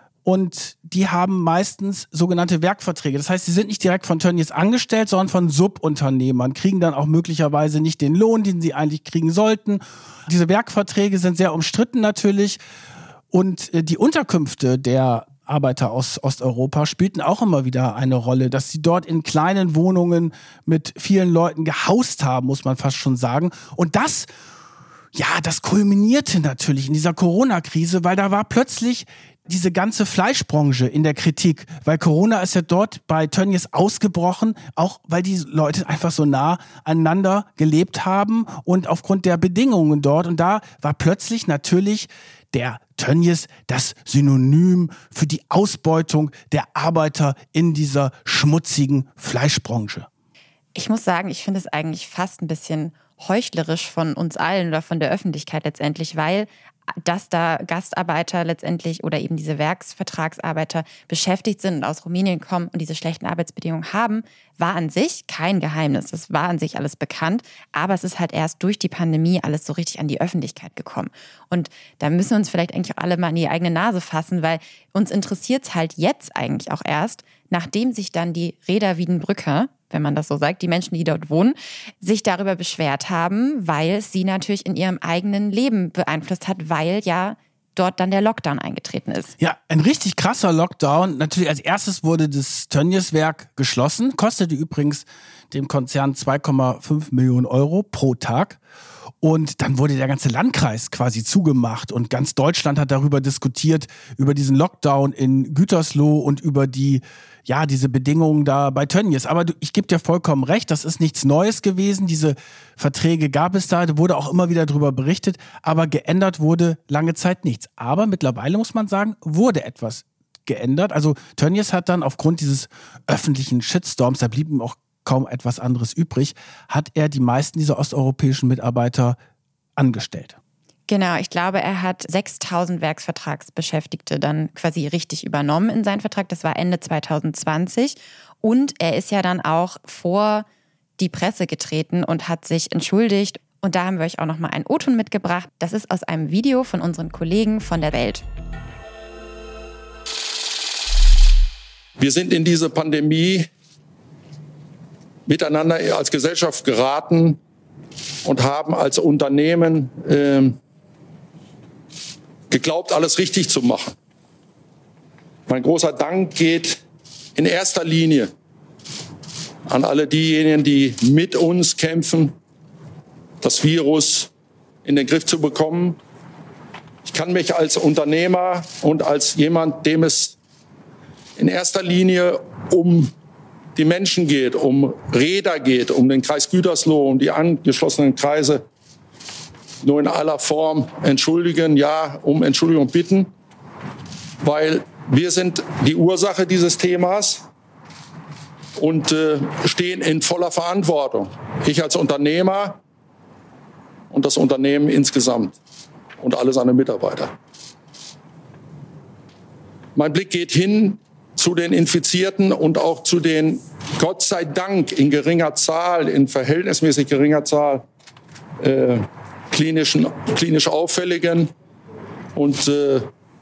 Und die haben meistens sogenannte Werkverträge. Das heißt, sie sind nicht direkt von Tönnies angestellt, sondern von Subunternehmern, kriegen dann auch möglicherweise nicht den Lohn, den sie eigentlich kriegen sollten. Diese Werkverträge sind sehr umstritten natürlich. Und die Unterkünfte der Arbeiter aus Osteuropa spielten auch immer wieder eine Rolle, dass sie dort in kleinen Wohnungen mit vielen Leuten gehaust haben, muss man fast schon sagen. Und das Ja, das kulminierte natürlich in dieser Corona-Krise, weil da war plötzlich diese ganze Fleischbranche in der Kritik, weil Corona ist ja dort bei Tönnies ausgebrochen, auch weil die Leute einfach so nah aneinander gelebt haben und aufgrund der Bedingungen dort. Und da war plötzlich natürlich der Tönnies das Synonym für die Ausbeutung der Arbeiter in dieser schmutzigen Fleischbranche. Ich muss sagen, ich finde es eigentlich fast ein bisschen heuchlerisch von uns allen oder von der Öffentlichkeit letztendlich, weil dass da Gastarbeiter letztendlich oder eben diese Werksvertragsarbeiter beschäftigt sind und aus Rumänien kommen und diese schlechten Arbeitsbedingungen haben, war an sich kein Geheimnis. Das war an sich alles bekannt, aber es ist halt erst durch die Pandemie alles so richtig an die Öffentlichkeit gekommen. Und da müssen wir uns vielleicht eigentlich auch alle mal in die eigene Nase fassen, weil uns interessiert es halt jetzt eigentlich auch erst, nachdem sich dann die Reda Wiedenbrücker, wenn man das so sagt, die Menschen, die dort wohnen, sich darüber beschwert haben, weil es sie natürlich in ihrem eigenen Leben beeinflusst hat, weil ja dort dann der Lockdown eingetreten ist. Ja, ein richtig krasser Lockdown. Natürlich als erstes wurde das Tönnies-Werk geschlossen, kostete übrigens dem Konzern zwei Komma fünf Millionen Euro pro Tag. Und dann wurde der ganze Landkreis quasi zugemacht und ganz Deutschland hat darüber diskutiert, über diesen Lockdown in Gütersloh und über die, ja, diese Bedingungen da bei Tönnies. Aber du, ich gebe dir vollkommen recht, das ist nichts Neues gewesen. Diese Verträge gab es da, da wurde auch immer wieder darüber berichtet, aber geändert wurde lange Zeit nichts. Aber mittlerweile muss man sagen, wurde etwas geändert. Also Tönnies hat dann aufgrund dieses öffentlichen Shitstorms, da blieb ihm auch kaum etwas anderes übrig, hat er die meisten dieser osteuropäischen Mitarbeiter angestellt. Genau, ich glaube, er hat sechstausend Werksvertragsbeschäftigte dann quasi richtig übernommen in seinen Vertrag. Das war Ende zwanzig zwanzig. Und er ist ja dann auch vor die Presse getreten und hat sich entschuldigt. Und da haben wir euch auch nochmal einen O-Ton mitgebracht. Das ist aus einem Video von unseren Kollegen von der Welt. Wir sind in diese Pandemie miteinander als Gesellschaft geraten und haben als Unternehmen äh, geglaubt, alles richtig zu machen. Mein großer Dank geht in erster Linie an alle diejenigen, die mit uns kämpfen, das Virus in den Griff zu bekommen. Ich kann mich als Unternehmer und als jemand, dem es in erster Linie um die Menschen geht, um Reda geht, um den Kreis Gütersloh, um die angeschlossenen Kreise, nur in aller Form entschuldigen, ja, um Entschuldigung bitten, weil wir sind die Ursache dieses Themas und äh, stehen in voller Verantwortung. Ich als Unternehmer und das Unternehmen insgesamt und alle seine Mitarbeiter. Mein Blick geht hin zu den Infizierten und auch zu den, Gott sei Dank, in geringer Zahl, in verhältnismäßig geringer Zahl, äh, klinischen, klinisch Auffälligen und äh,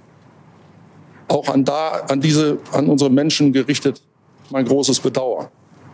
auch an, da, an, diese, an unsere Menschen gerichtet mein großes Bedauern.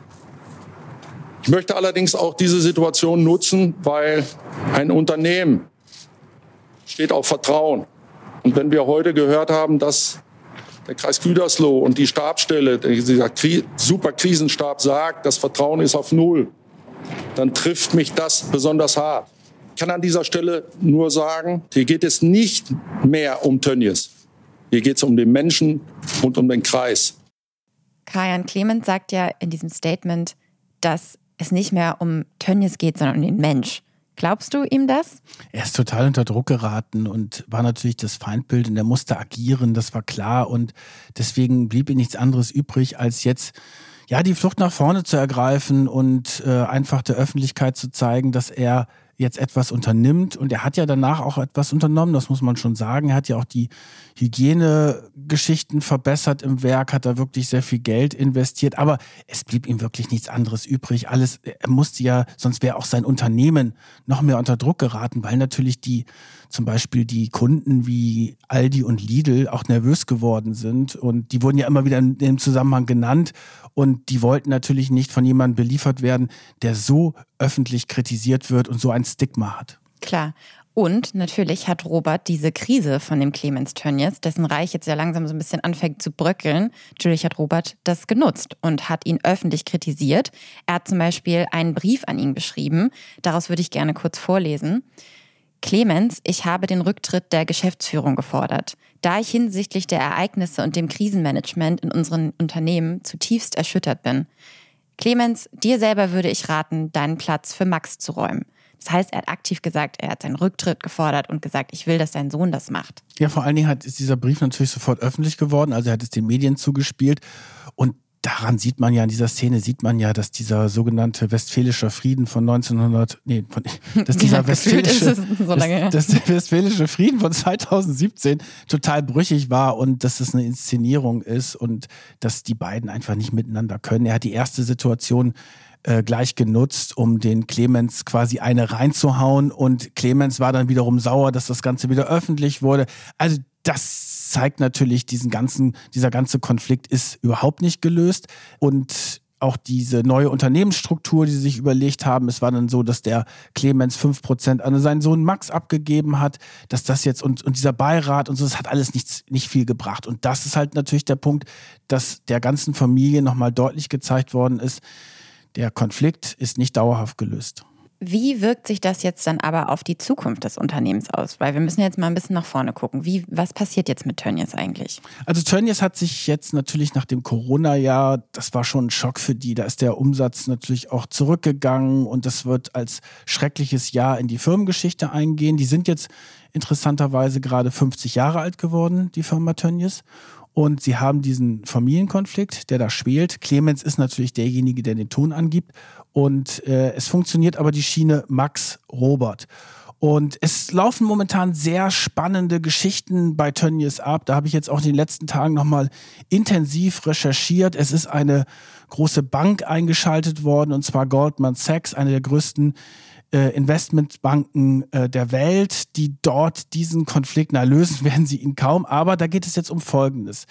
Ich möchte allerdings auch diese Situation nutzen, weil ein Unternehmen steht auf Vertrauen. Und wenn wir heute gehört haben, dass der Kreis Gütersloh und die Stabsstelle, dieser Superkrisenstab sagt, das Vertrauen ist auf Null, dann trifft mich das besonders hart. Ich kann an dieser Stelle nur sagen, hier geht es nicht mehr um Tönnies. Hier geht es um den Menschen und um den Kreis. Karl-Jan Clemens sagt ja in diesem Statement, dass es nicht mehr um Tönnies geht, sondern um den Mensch. Glaubst du ihm das? Er ist total unter Druck geraten und war natürlich das Feindbild und er musste agieren, das war klar und deswegen blieb ihm nichts anderes übrig, als jetzt ja die Flucht nach vorne zu ergreifen und äh, einfach der Öffentlichkeit zu zeigen, dass er jetzt etwas unternimmt und er hat ja danach auch etwas unternommen, das muss man schon sagen. Er hat ja auch die Hygienegeschichten verbessert im Werk, hat da wirklich sehr viel Geld investiert, aber es blieb ihm wirklich nichts anderes übrig. Alles, er musste ja, sonst wäre auch sein Unternehmen noch mehr unter Druck geraten, weil natürlich die, zum Beispiel die Kunden wie Aldi und Lidl auch nervös geworden sind und die wurden ja immer wieder in dem Zusammenhang genannt und die wollten natürlich nicht von jemandem beliefert werden, der so öffentlich kritisiert wird und so ein Stigma hat. Klar. Und natürlich hat Robert diese Krise von dem Clemens Tönnies, dessen Reich jetzt ja langsam so ein bisschen anfängt zu bröckeln, natürlich hat Robert das genutzt und hat ihn öffentlich kritisiert. Er hat zum Beispiel einen Brief an ihn geschrieben, daraus würde ich gerne kurz vorlesen. Clemens, ich habe den Rücktritt der Geschäftsführung gefordert, da ich hinsichtlich der Ereignisse und dem Krisenmanagement in unseren Unternehmen zutiefst erschüttert bin. Clemens, dir selber würde ich raten, deinen Platz für Max zu räumen. Das heißt, er hat aktiv gesagt, er hat seinen Rücktritt gefordert und gesagt, ich will, dass dein Sohn das macht. Ja, vor allen Dingen hat, ist dieser Brief natürlich sofort öffentlich geworden, also er hat es den Medien zugespielt und daran sieht man ja, in dieser Szene sieht man ja, dass dieser sogenannte Westfälische Frieden von neunzehnhundert, nee, von, dass dieser ja, Westfälische, so lange, dass, dass der Westfälische Frieden von zweitausendsiebzehn total brüchig war und dass es eine Inszenierung ist und dass die beiden einfach nicht miteinander können. Er hat die erste Situation äh, gleich genutzt, um den Clemens quasi eine reinzuhauen und Clemens war dann wiederum sauer, dass das Ganze wieder öffentlich wurde. Also das zeigt natürlich, diesen ganzen, dieser ganze Konflikt ist überhaupt nicht gelöst und auch diese neue Unternehmensstruktur, die sie sich überlegt haben, es war dann so, dass der Clemens fünf Prozent an seinen Sohn Max abgegeben hat, dass das jetzt und, und dieser Beirat und so, das hat alles nichts, nicht viel gebracht. Und das ist halt natürlich der Punkt, dass der ganzen Familie nochmal deutlich gezeigt worden ist, der Konflikt ist nicht dauerhaft gelöst. Wie wirkt sich das jetzt dann aber auf die Zukunft des Unternehmens aus? Weil wir müssen jetzt mal ein bisschen nach vorne gucken. Wie, was passiert jetzt mit Tönnies eigentlich? Also Tönnies hat sich jetzt natürlich nach dem Corona-Jahr, das war schon ein Schock für die, da ist der Umsatz natürlich auch zurückgegangen und das wird als schreckliches Jahr in die Firmengeschichte eingehen. Die sind jetzt interessanterweise gerade fünfzig Jahre alt geworden, die Firma Tönnies. Und sie haben diesen Familienkonflikt, der da schwelt. Clemens ist natürlich derjenige, der den Ton angibt. Und äh, es funktioniert aber die Schiene Max-Robert. Und es laufen momentan sehr spannende Geschichten bei Tönnies ab. Da habe ich jetzt auch in den letzten Tagen nochmal intensiv recherchiert. Es ist eine große Bank eingeschaltet worden, und zwar Goldman Sachs, eine der größten äh, Investmentbanken äh, der Welt, die dort diesen Konflikt, na, lösen werden sie ihn kaum. Aber da geht es jetzt um Folgendes.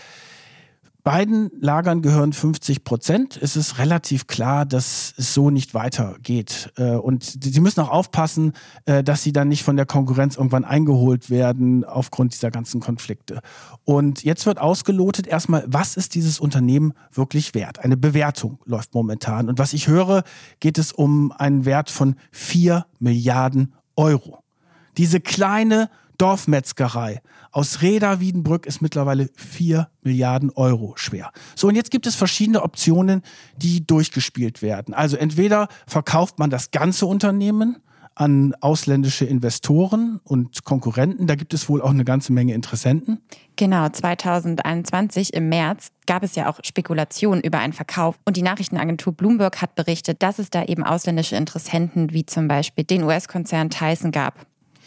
Beiden Lagern gehören fünfzig Prozent. Es ist relativ klar, dass es so nicht weitergeht. Und sie müssen auch aufpassen, dass sie dann nicht von der Konkurrenz irgendwann eingeholt werden aufgrund dieser ganzen Konflikte. Und jetzt wird ausgelotet erstmal, was ist dieses Unternehmen wirklich wert? Eine Bewertung läuft momentan. Und was ich höre, geht es um einen Wert von vier Milliarden Euro. Diese kleine Dorfmetzgerei aus Reda-Wiedenbrück ist mittlerweile vier Milliarden Euro schwer. So, und jetzt gibt es verschiedene Optionen, die durchgespielt werden. Also entweder verkauft man das ganze Unternehmen an ausländische Investoren und Konkurrenten. Da gibt es wohl auch eine ganze Menge Interessenten. Genau, zweitausendeinundzwanzig im März gab es ja auch Spekulationen über einen Verkauf. Und die Nachrichtenagentur Bloomberg hat berichtet, dass es da eben ausländische Interessenten wie zum Beispiel den U S-Konzern Tyson gab.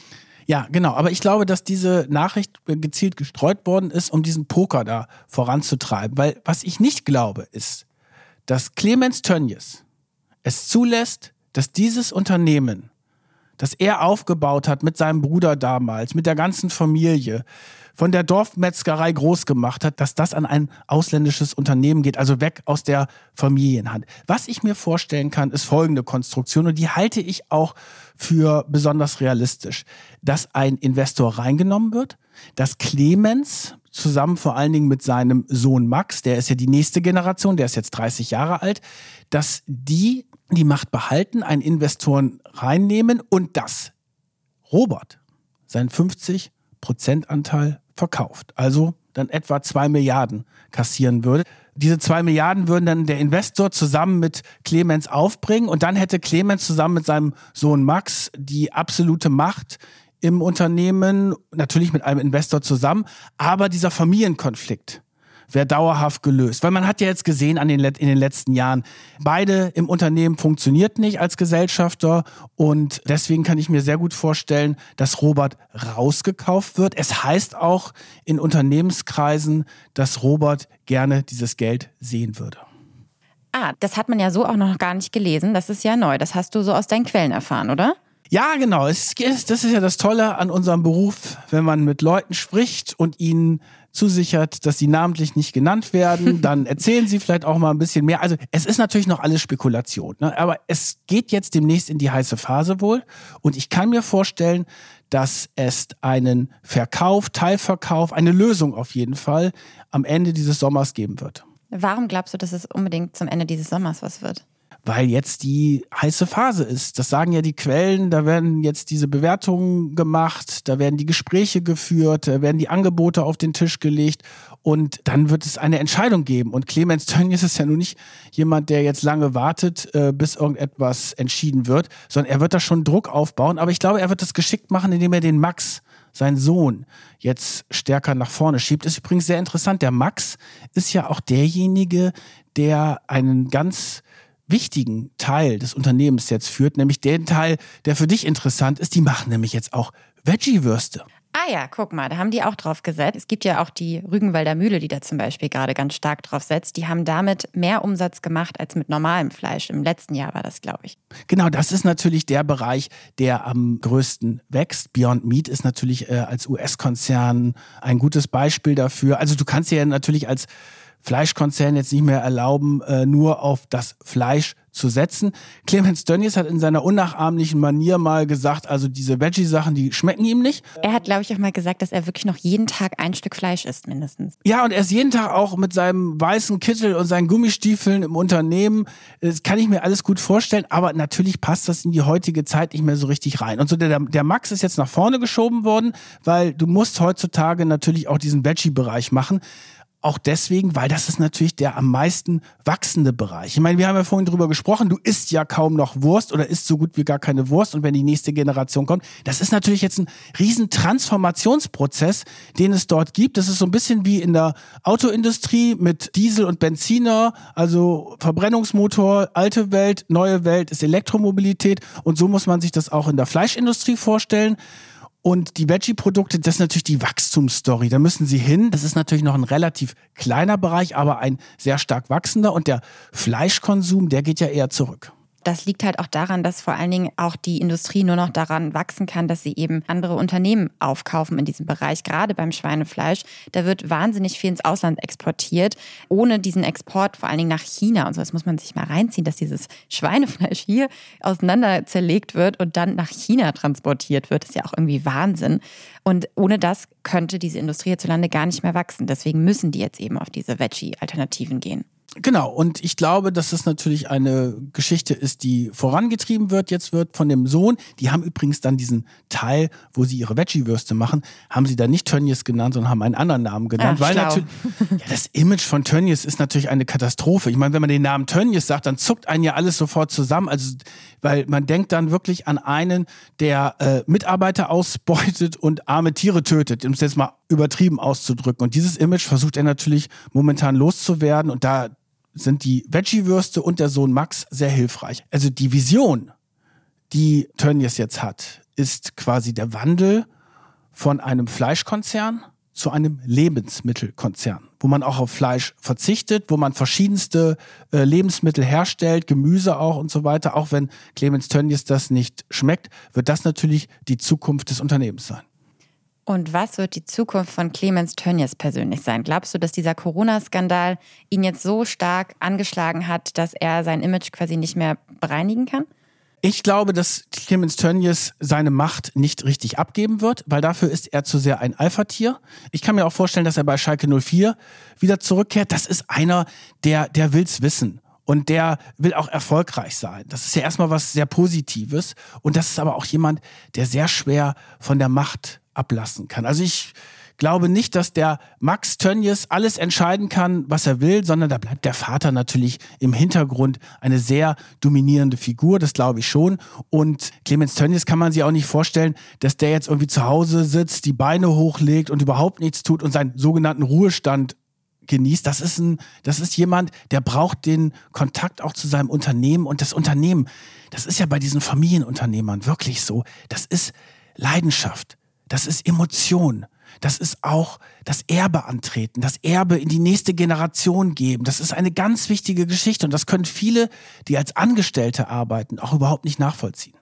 Ja, genau. Aber ich glaube, dass diese Nachricht gezielt gestreut worden ist, um diesen Poker da voranzutreiben. Weil was ich nicht glaube, ist, dass Clemens Tönnies es zulässt, dass dieses Unternehmen, das er aufgebaut hat mit seinem Bruder damals, mit der ganzen Familie, von der Dorfmetzgerei groß gemacht hat, dass das an ein ausländisches Unternehmen geht, also weg aus der Familienhand. Was ich mir vorstellen kann, ist folgende Konstruktion, und die halte ich auch für besonders realistisch, dass ein Investor reingenommen wird, dass Clemens zusammen vor allen Dingen mit seinem Sohn Max, der ist ja die nächste Generation, der ist jetzt dreißig Jahre alt, dass die die Macht behalten, einen Investoren reinnehmen und dass Robert seinen fünfzig Prozent Anteil verkauft. Also dann etwa zwei Milliarden kassieren würde. Diese zwei Milliarden würden dann der Investor zusammen mit Clemens aufbringen und dann hätte Clemens zusammen mit seinem Sohn Max die absolute Macht im Unternehmen, natürlich mit einem Investor zusammen, aber dieser Familienkonflikt wäre dauerhaft gelöst. Weil man hat ja jetzt gesehen an den, in den letzten Jahren, beide im Unternehmen funktioniert nicht als Gesellschafter und deswegen kann ich mir sehr gut vorstellen, dass Robert rausgekauft wird. Es heißt auch in Unternehmenskreisen, dass Robert gerne dieses Geld sehen würde. Ah, das hat man ja so auch noch gar nicht gelesen. Das ist ja neu. Das hast du so aus deinen Quellen erfahren, oder? Ja, genau. Es ist, das ist ja das Tolle an unserem Beruf, wenn man mit Leuten spricht und ihnen zusichert, dass sie namentlich nicht genannt werden, dann erzählen sie vielleicht auch mal ein bisschen mehr. Also es ist natürlich noch alles Spekulation, ne? Aber es geht jetzt demnächst in die heiße Phase wohl und ich kann mir vorstellen, dass es einen Verkauf, Teilverkauf, eine Lösung auf jeden Fall am Ende dieses Sommers geben wird. Warum glaubst du, dass es unbedingt zum Ende dieses Sommers was wird? Weil jetzt die heiße Phase ist. Das sagen ja die Quellen, da werden jetzt diese Bewertungen gemacht, da werden die Gespräche geführt, da werden die Angebote auf den Tisch gelegt und dann wird es eine Entscheidung geben. Und Clemens Tönnies ist ja nun nicht jemand, der jetzt lange wartet, bis irgendetwas entschieden wird, sondern er wird da schon Druck aufbauen. Aber ich glaube, er wird das geschickt machen, indem er den Max sein Sohn jetzt stärker nach vorne schiebt. Ist übrigens sehr interessant. Der Max ist ja auch derjenige, der einen ganz wichtigen Teil des Unternehmens jetzt führt, nämlich den Teil, der für dich interessant ist. Die machen nämlich jetzt auch Veggie-Würste. Ah ja, guck mal, da haben die auch drauf gesetzt. Es gibt ja auch die Rügenwalder Mühle, die da zum Beispiel gerade ganz stark drauf setzt. Die haben damit mehr Umsatz gemacht als mit normalem Fleisch. Im letzten Jahr war das, glaube ich. Genau, das ist natürlich der Bereich, der am größten wächst. Beyond Meat ist natürlich äh, als U S-Konzern ein gutes Beispiel dafür. Also du kannst dir ja natürlich als Fleischkonzern jetzt nicht mehr erlauben, äh, nur auf das Fleisch zu setzen. Clemens Tönnies hat in seiner unnachahmlichen Manier mal gesagt, also diese Veggie-Sachen, die schmecken ihm nicht. Er hat, glaube ich, auch mal gesagt, dass er wirklich noch jeden Tag ein Stück Fleisch isst, mindestens. Ja, und er ist jeden Tag auch mit seinem weißen Kittel und seinen Gummistiefeln im Unternehmen. Das kann ich mir alles gut vorstellen, aber natürlich passt das in die heutige Zeit nicht mehr so richtig rein. Und so der, der Max ist jetzt nach vorne geschoben worden, weil du musst heutzutage natürlich auch diesen Veggie-Bereich machen. Auch deswegen, weil das ist natürlich der am meisten wachsende Bereich. Ich meine, wir haben ja vorhin drüber gesprochen, du isst ja kaum noch Wurst oder isst so gut wie gar keine Wurst. Und wenn die nächste Generation kommt, das ist natürlich jetzt ein riesen Transformationsprozess, den es dort gibt. Das ist so ein bisschen wie in der Autoindustrie mit Diesel und Benziner, also Verbrennungsmotor, alte Welt, neue Welt ist Elektromobilität. Und so muss man sich das auch in der Fleischindustrie vorstellen. Und die Veggie-Produkte, das ist natürlich die Wachstumsstory. Da müssen sie hin. Das ist natürlich noch ein relativ kleiner Bereich, aber ein sehr stark wachsender. Und der Fleischkonsum, der geht ja eher zurück. Das liegt halt auch daran, dass vor allen Dingen auch die Industrie nur noch daran wachsen kann, dass sie eben andere Unternehmen aufkaufen in diesem Bereich. Gerade beim Schweinefleisch, da wird wahnsinnig viel ins Ausland exportiert, ohne diesen Export vor allen Dingen nach China. Und so, das muss man sich mal reinziehen, dass dieses Schweinefleisch hier auseinander zerlegt wird und dann nach China transportiert wird. Das ist ja auch irgendwie Wahnsinn. Und ohne das könnte diese Industrie hierzulande gar nicht mehr wachsen. Deswegen müssen die jetzt eben auf diese Veggie-Alternativen gehen. Genau, und ich glaube, dass es natürlich eine Geschichte ist, die vorangetrieben wird, jetzt wird von dem Sohn. Die haben übrigens dann diesen Teil, wo sie ihre Veggie-Würste machen, haben sie dann nicht Tönnies genannt, sondern haben einen anderen Namen genannt. Ach, weil schlau. natürlich, ja, das Image von Tönnies ist natürlich eine Katastrophe. Ich meine, wenn man den Namen Tönnies sagt, dann zuckt einen ja alles sofort zusammen. Also, weil man denkt dann wirklich an einen, der äh, Mitarbeiter ausbeutet und arme Tiere tötet, um es jetzt mal übertrieben auszudrücken. Und dieses Image versucht er natürlich momentan loszuwerden. Und da sind die Veggie-Würste und der Sohn Max sehr hilfreich. Also die Vision, die Tönnies jetzt hat, ist quasi der Wandel von einem Fleischkonzern zu einem Lebensmittelkonzern, wo man auch auf Fleisch verzichtet, wo man verschiedenste äh, Lebensmittel herstellt, Gemüse auch und so weiter. Auch wenn Clemens Tönnies das nicht schmeckt, wird das natürlich die Zukunft des Unternehmens sein. Und was wird die Zukunft von Clemens Tönnies persönlich sein? Glaubst du, dass dieser Corona-Skandal ihn jetzt so stark angeschlagen hat, dass er sein Image quasi nicht mehr bereinigen kann? Ich glaube, dass Clemens Tönnies seine Macht nicht richtig abgeben wird, weil dafür ist er zu sehr ein Alpha-Tier. Ich kann mir auch vorstellen, dass er bei Schalke null vier wieder zurückkehrt. Das ist einer, der, der will's wissen. Und der will auch erfolgreich sein. Das ist ja erstmal was sehr Positives. Und das ist aber auch jemand, der sehr schwer von der Macht ablassen kann. Also ich glaube nicht, dass der Max Tönnies alles entscheiden kann, was er will, sondern da bleibt der Vater natürlich im Hintergrund eine sehr dominierende Figur, das glaube ich schon. Und Clemens Tönnies kann man sich auch nicht vorstellen, dass der jetzt irgendwie zu Hause sitzt, die Beine hochlegt und überhaupt nichts tut und seinen sogenannten Ruhestand genießt. Das ist ein, das ist jemand, der braucht den Kontakt auch zu seinem Unternehmen. Und das Unternehmen, das ist ja bei diesen Familienunternehmern wirklich so, das ist Leidenschaft. Das ist Emotion. Das ist auch das Erbe antreten, das Erbe in die nächste Generation geben. Das ist eine ganz wichtige Geschichte und das können viele, die als Angestellte arbeiten, auch überhaupt nicht nachvollziehen.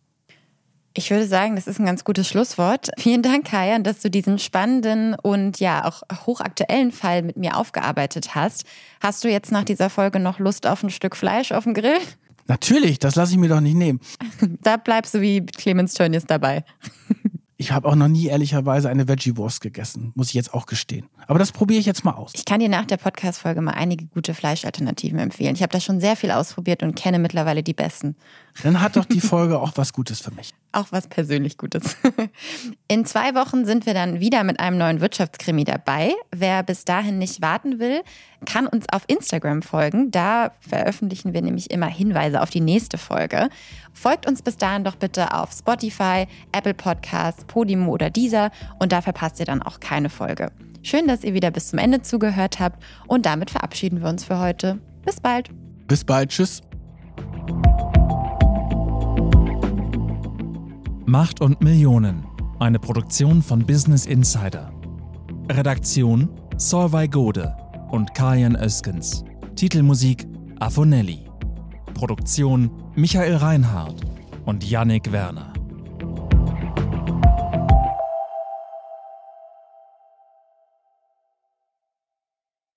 Ich würde sagen, das ist ein ganz gutes Schlusswort. Vielen Dank, Kajan, dass du diesen spannenden und ja auch hochaktuellen Fall mit mir aufgearbeitet hast. Hast du jetzt nach dieser Folge noch Lust auf ein Stück Fleisch auf dem Grill? Natürlich, das lasse ich mir doch nicht nehmen. Da bleibst du wie Clemens Tönnies dabei. Ich habe auch noch nie ehrlicherweise eine Veggie-Wurst gegessen, muss ich jetzt auch gestehen. Aber das probiere ich jetzt mal aus. Ich kann dir nach der Podcast-Folge mal einige gute Fleischalternativen empfehlen. Ich habe da schon sehr viel ausprobiert und kenne mittlerweile die besten. Dann hat doch die Folge auch was Gutes für mich. Auch was persönlich Gutes. In zwei Wochen sind wir dann wieder mit einem neuen Wirtschaftskrimi dabei. Wer bis dahin nicht warten will, kann uns auf Instagram folgen. Da veröffentlichen wir nämlich immer Hinweise auf die nächste Folge. Folgt uns bis dahin doch bitte auf Spotify, Apple Podcasts, Podimo oder Deezer und da verpasst ihr dann auch keine Folge. Schön, dass ihr wieder bis zum Ende zugehört habt und damit verabschieden wir uns für heute. Bis bald. Bis bald, tschüss. Macht und Millionen, eine Produktion von Business Insider. Redaktion Solveig Gode und Kajan Özkens. Titelmusik Afonelli. Produktion Michael Reinhardt und Yannick Werner.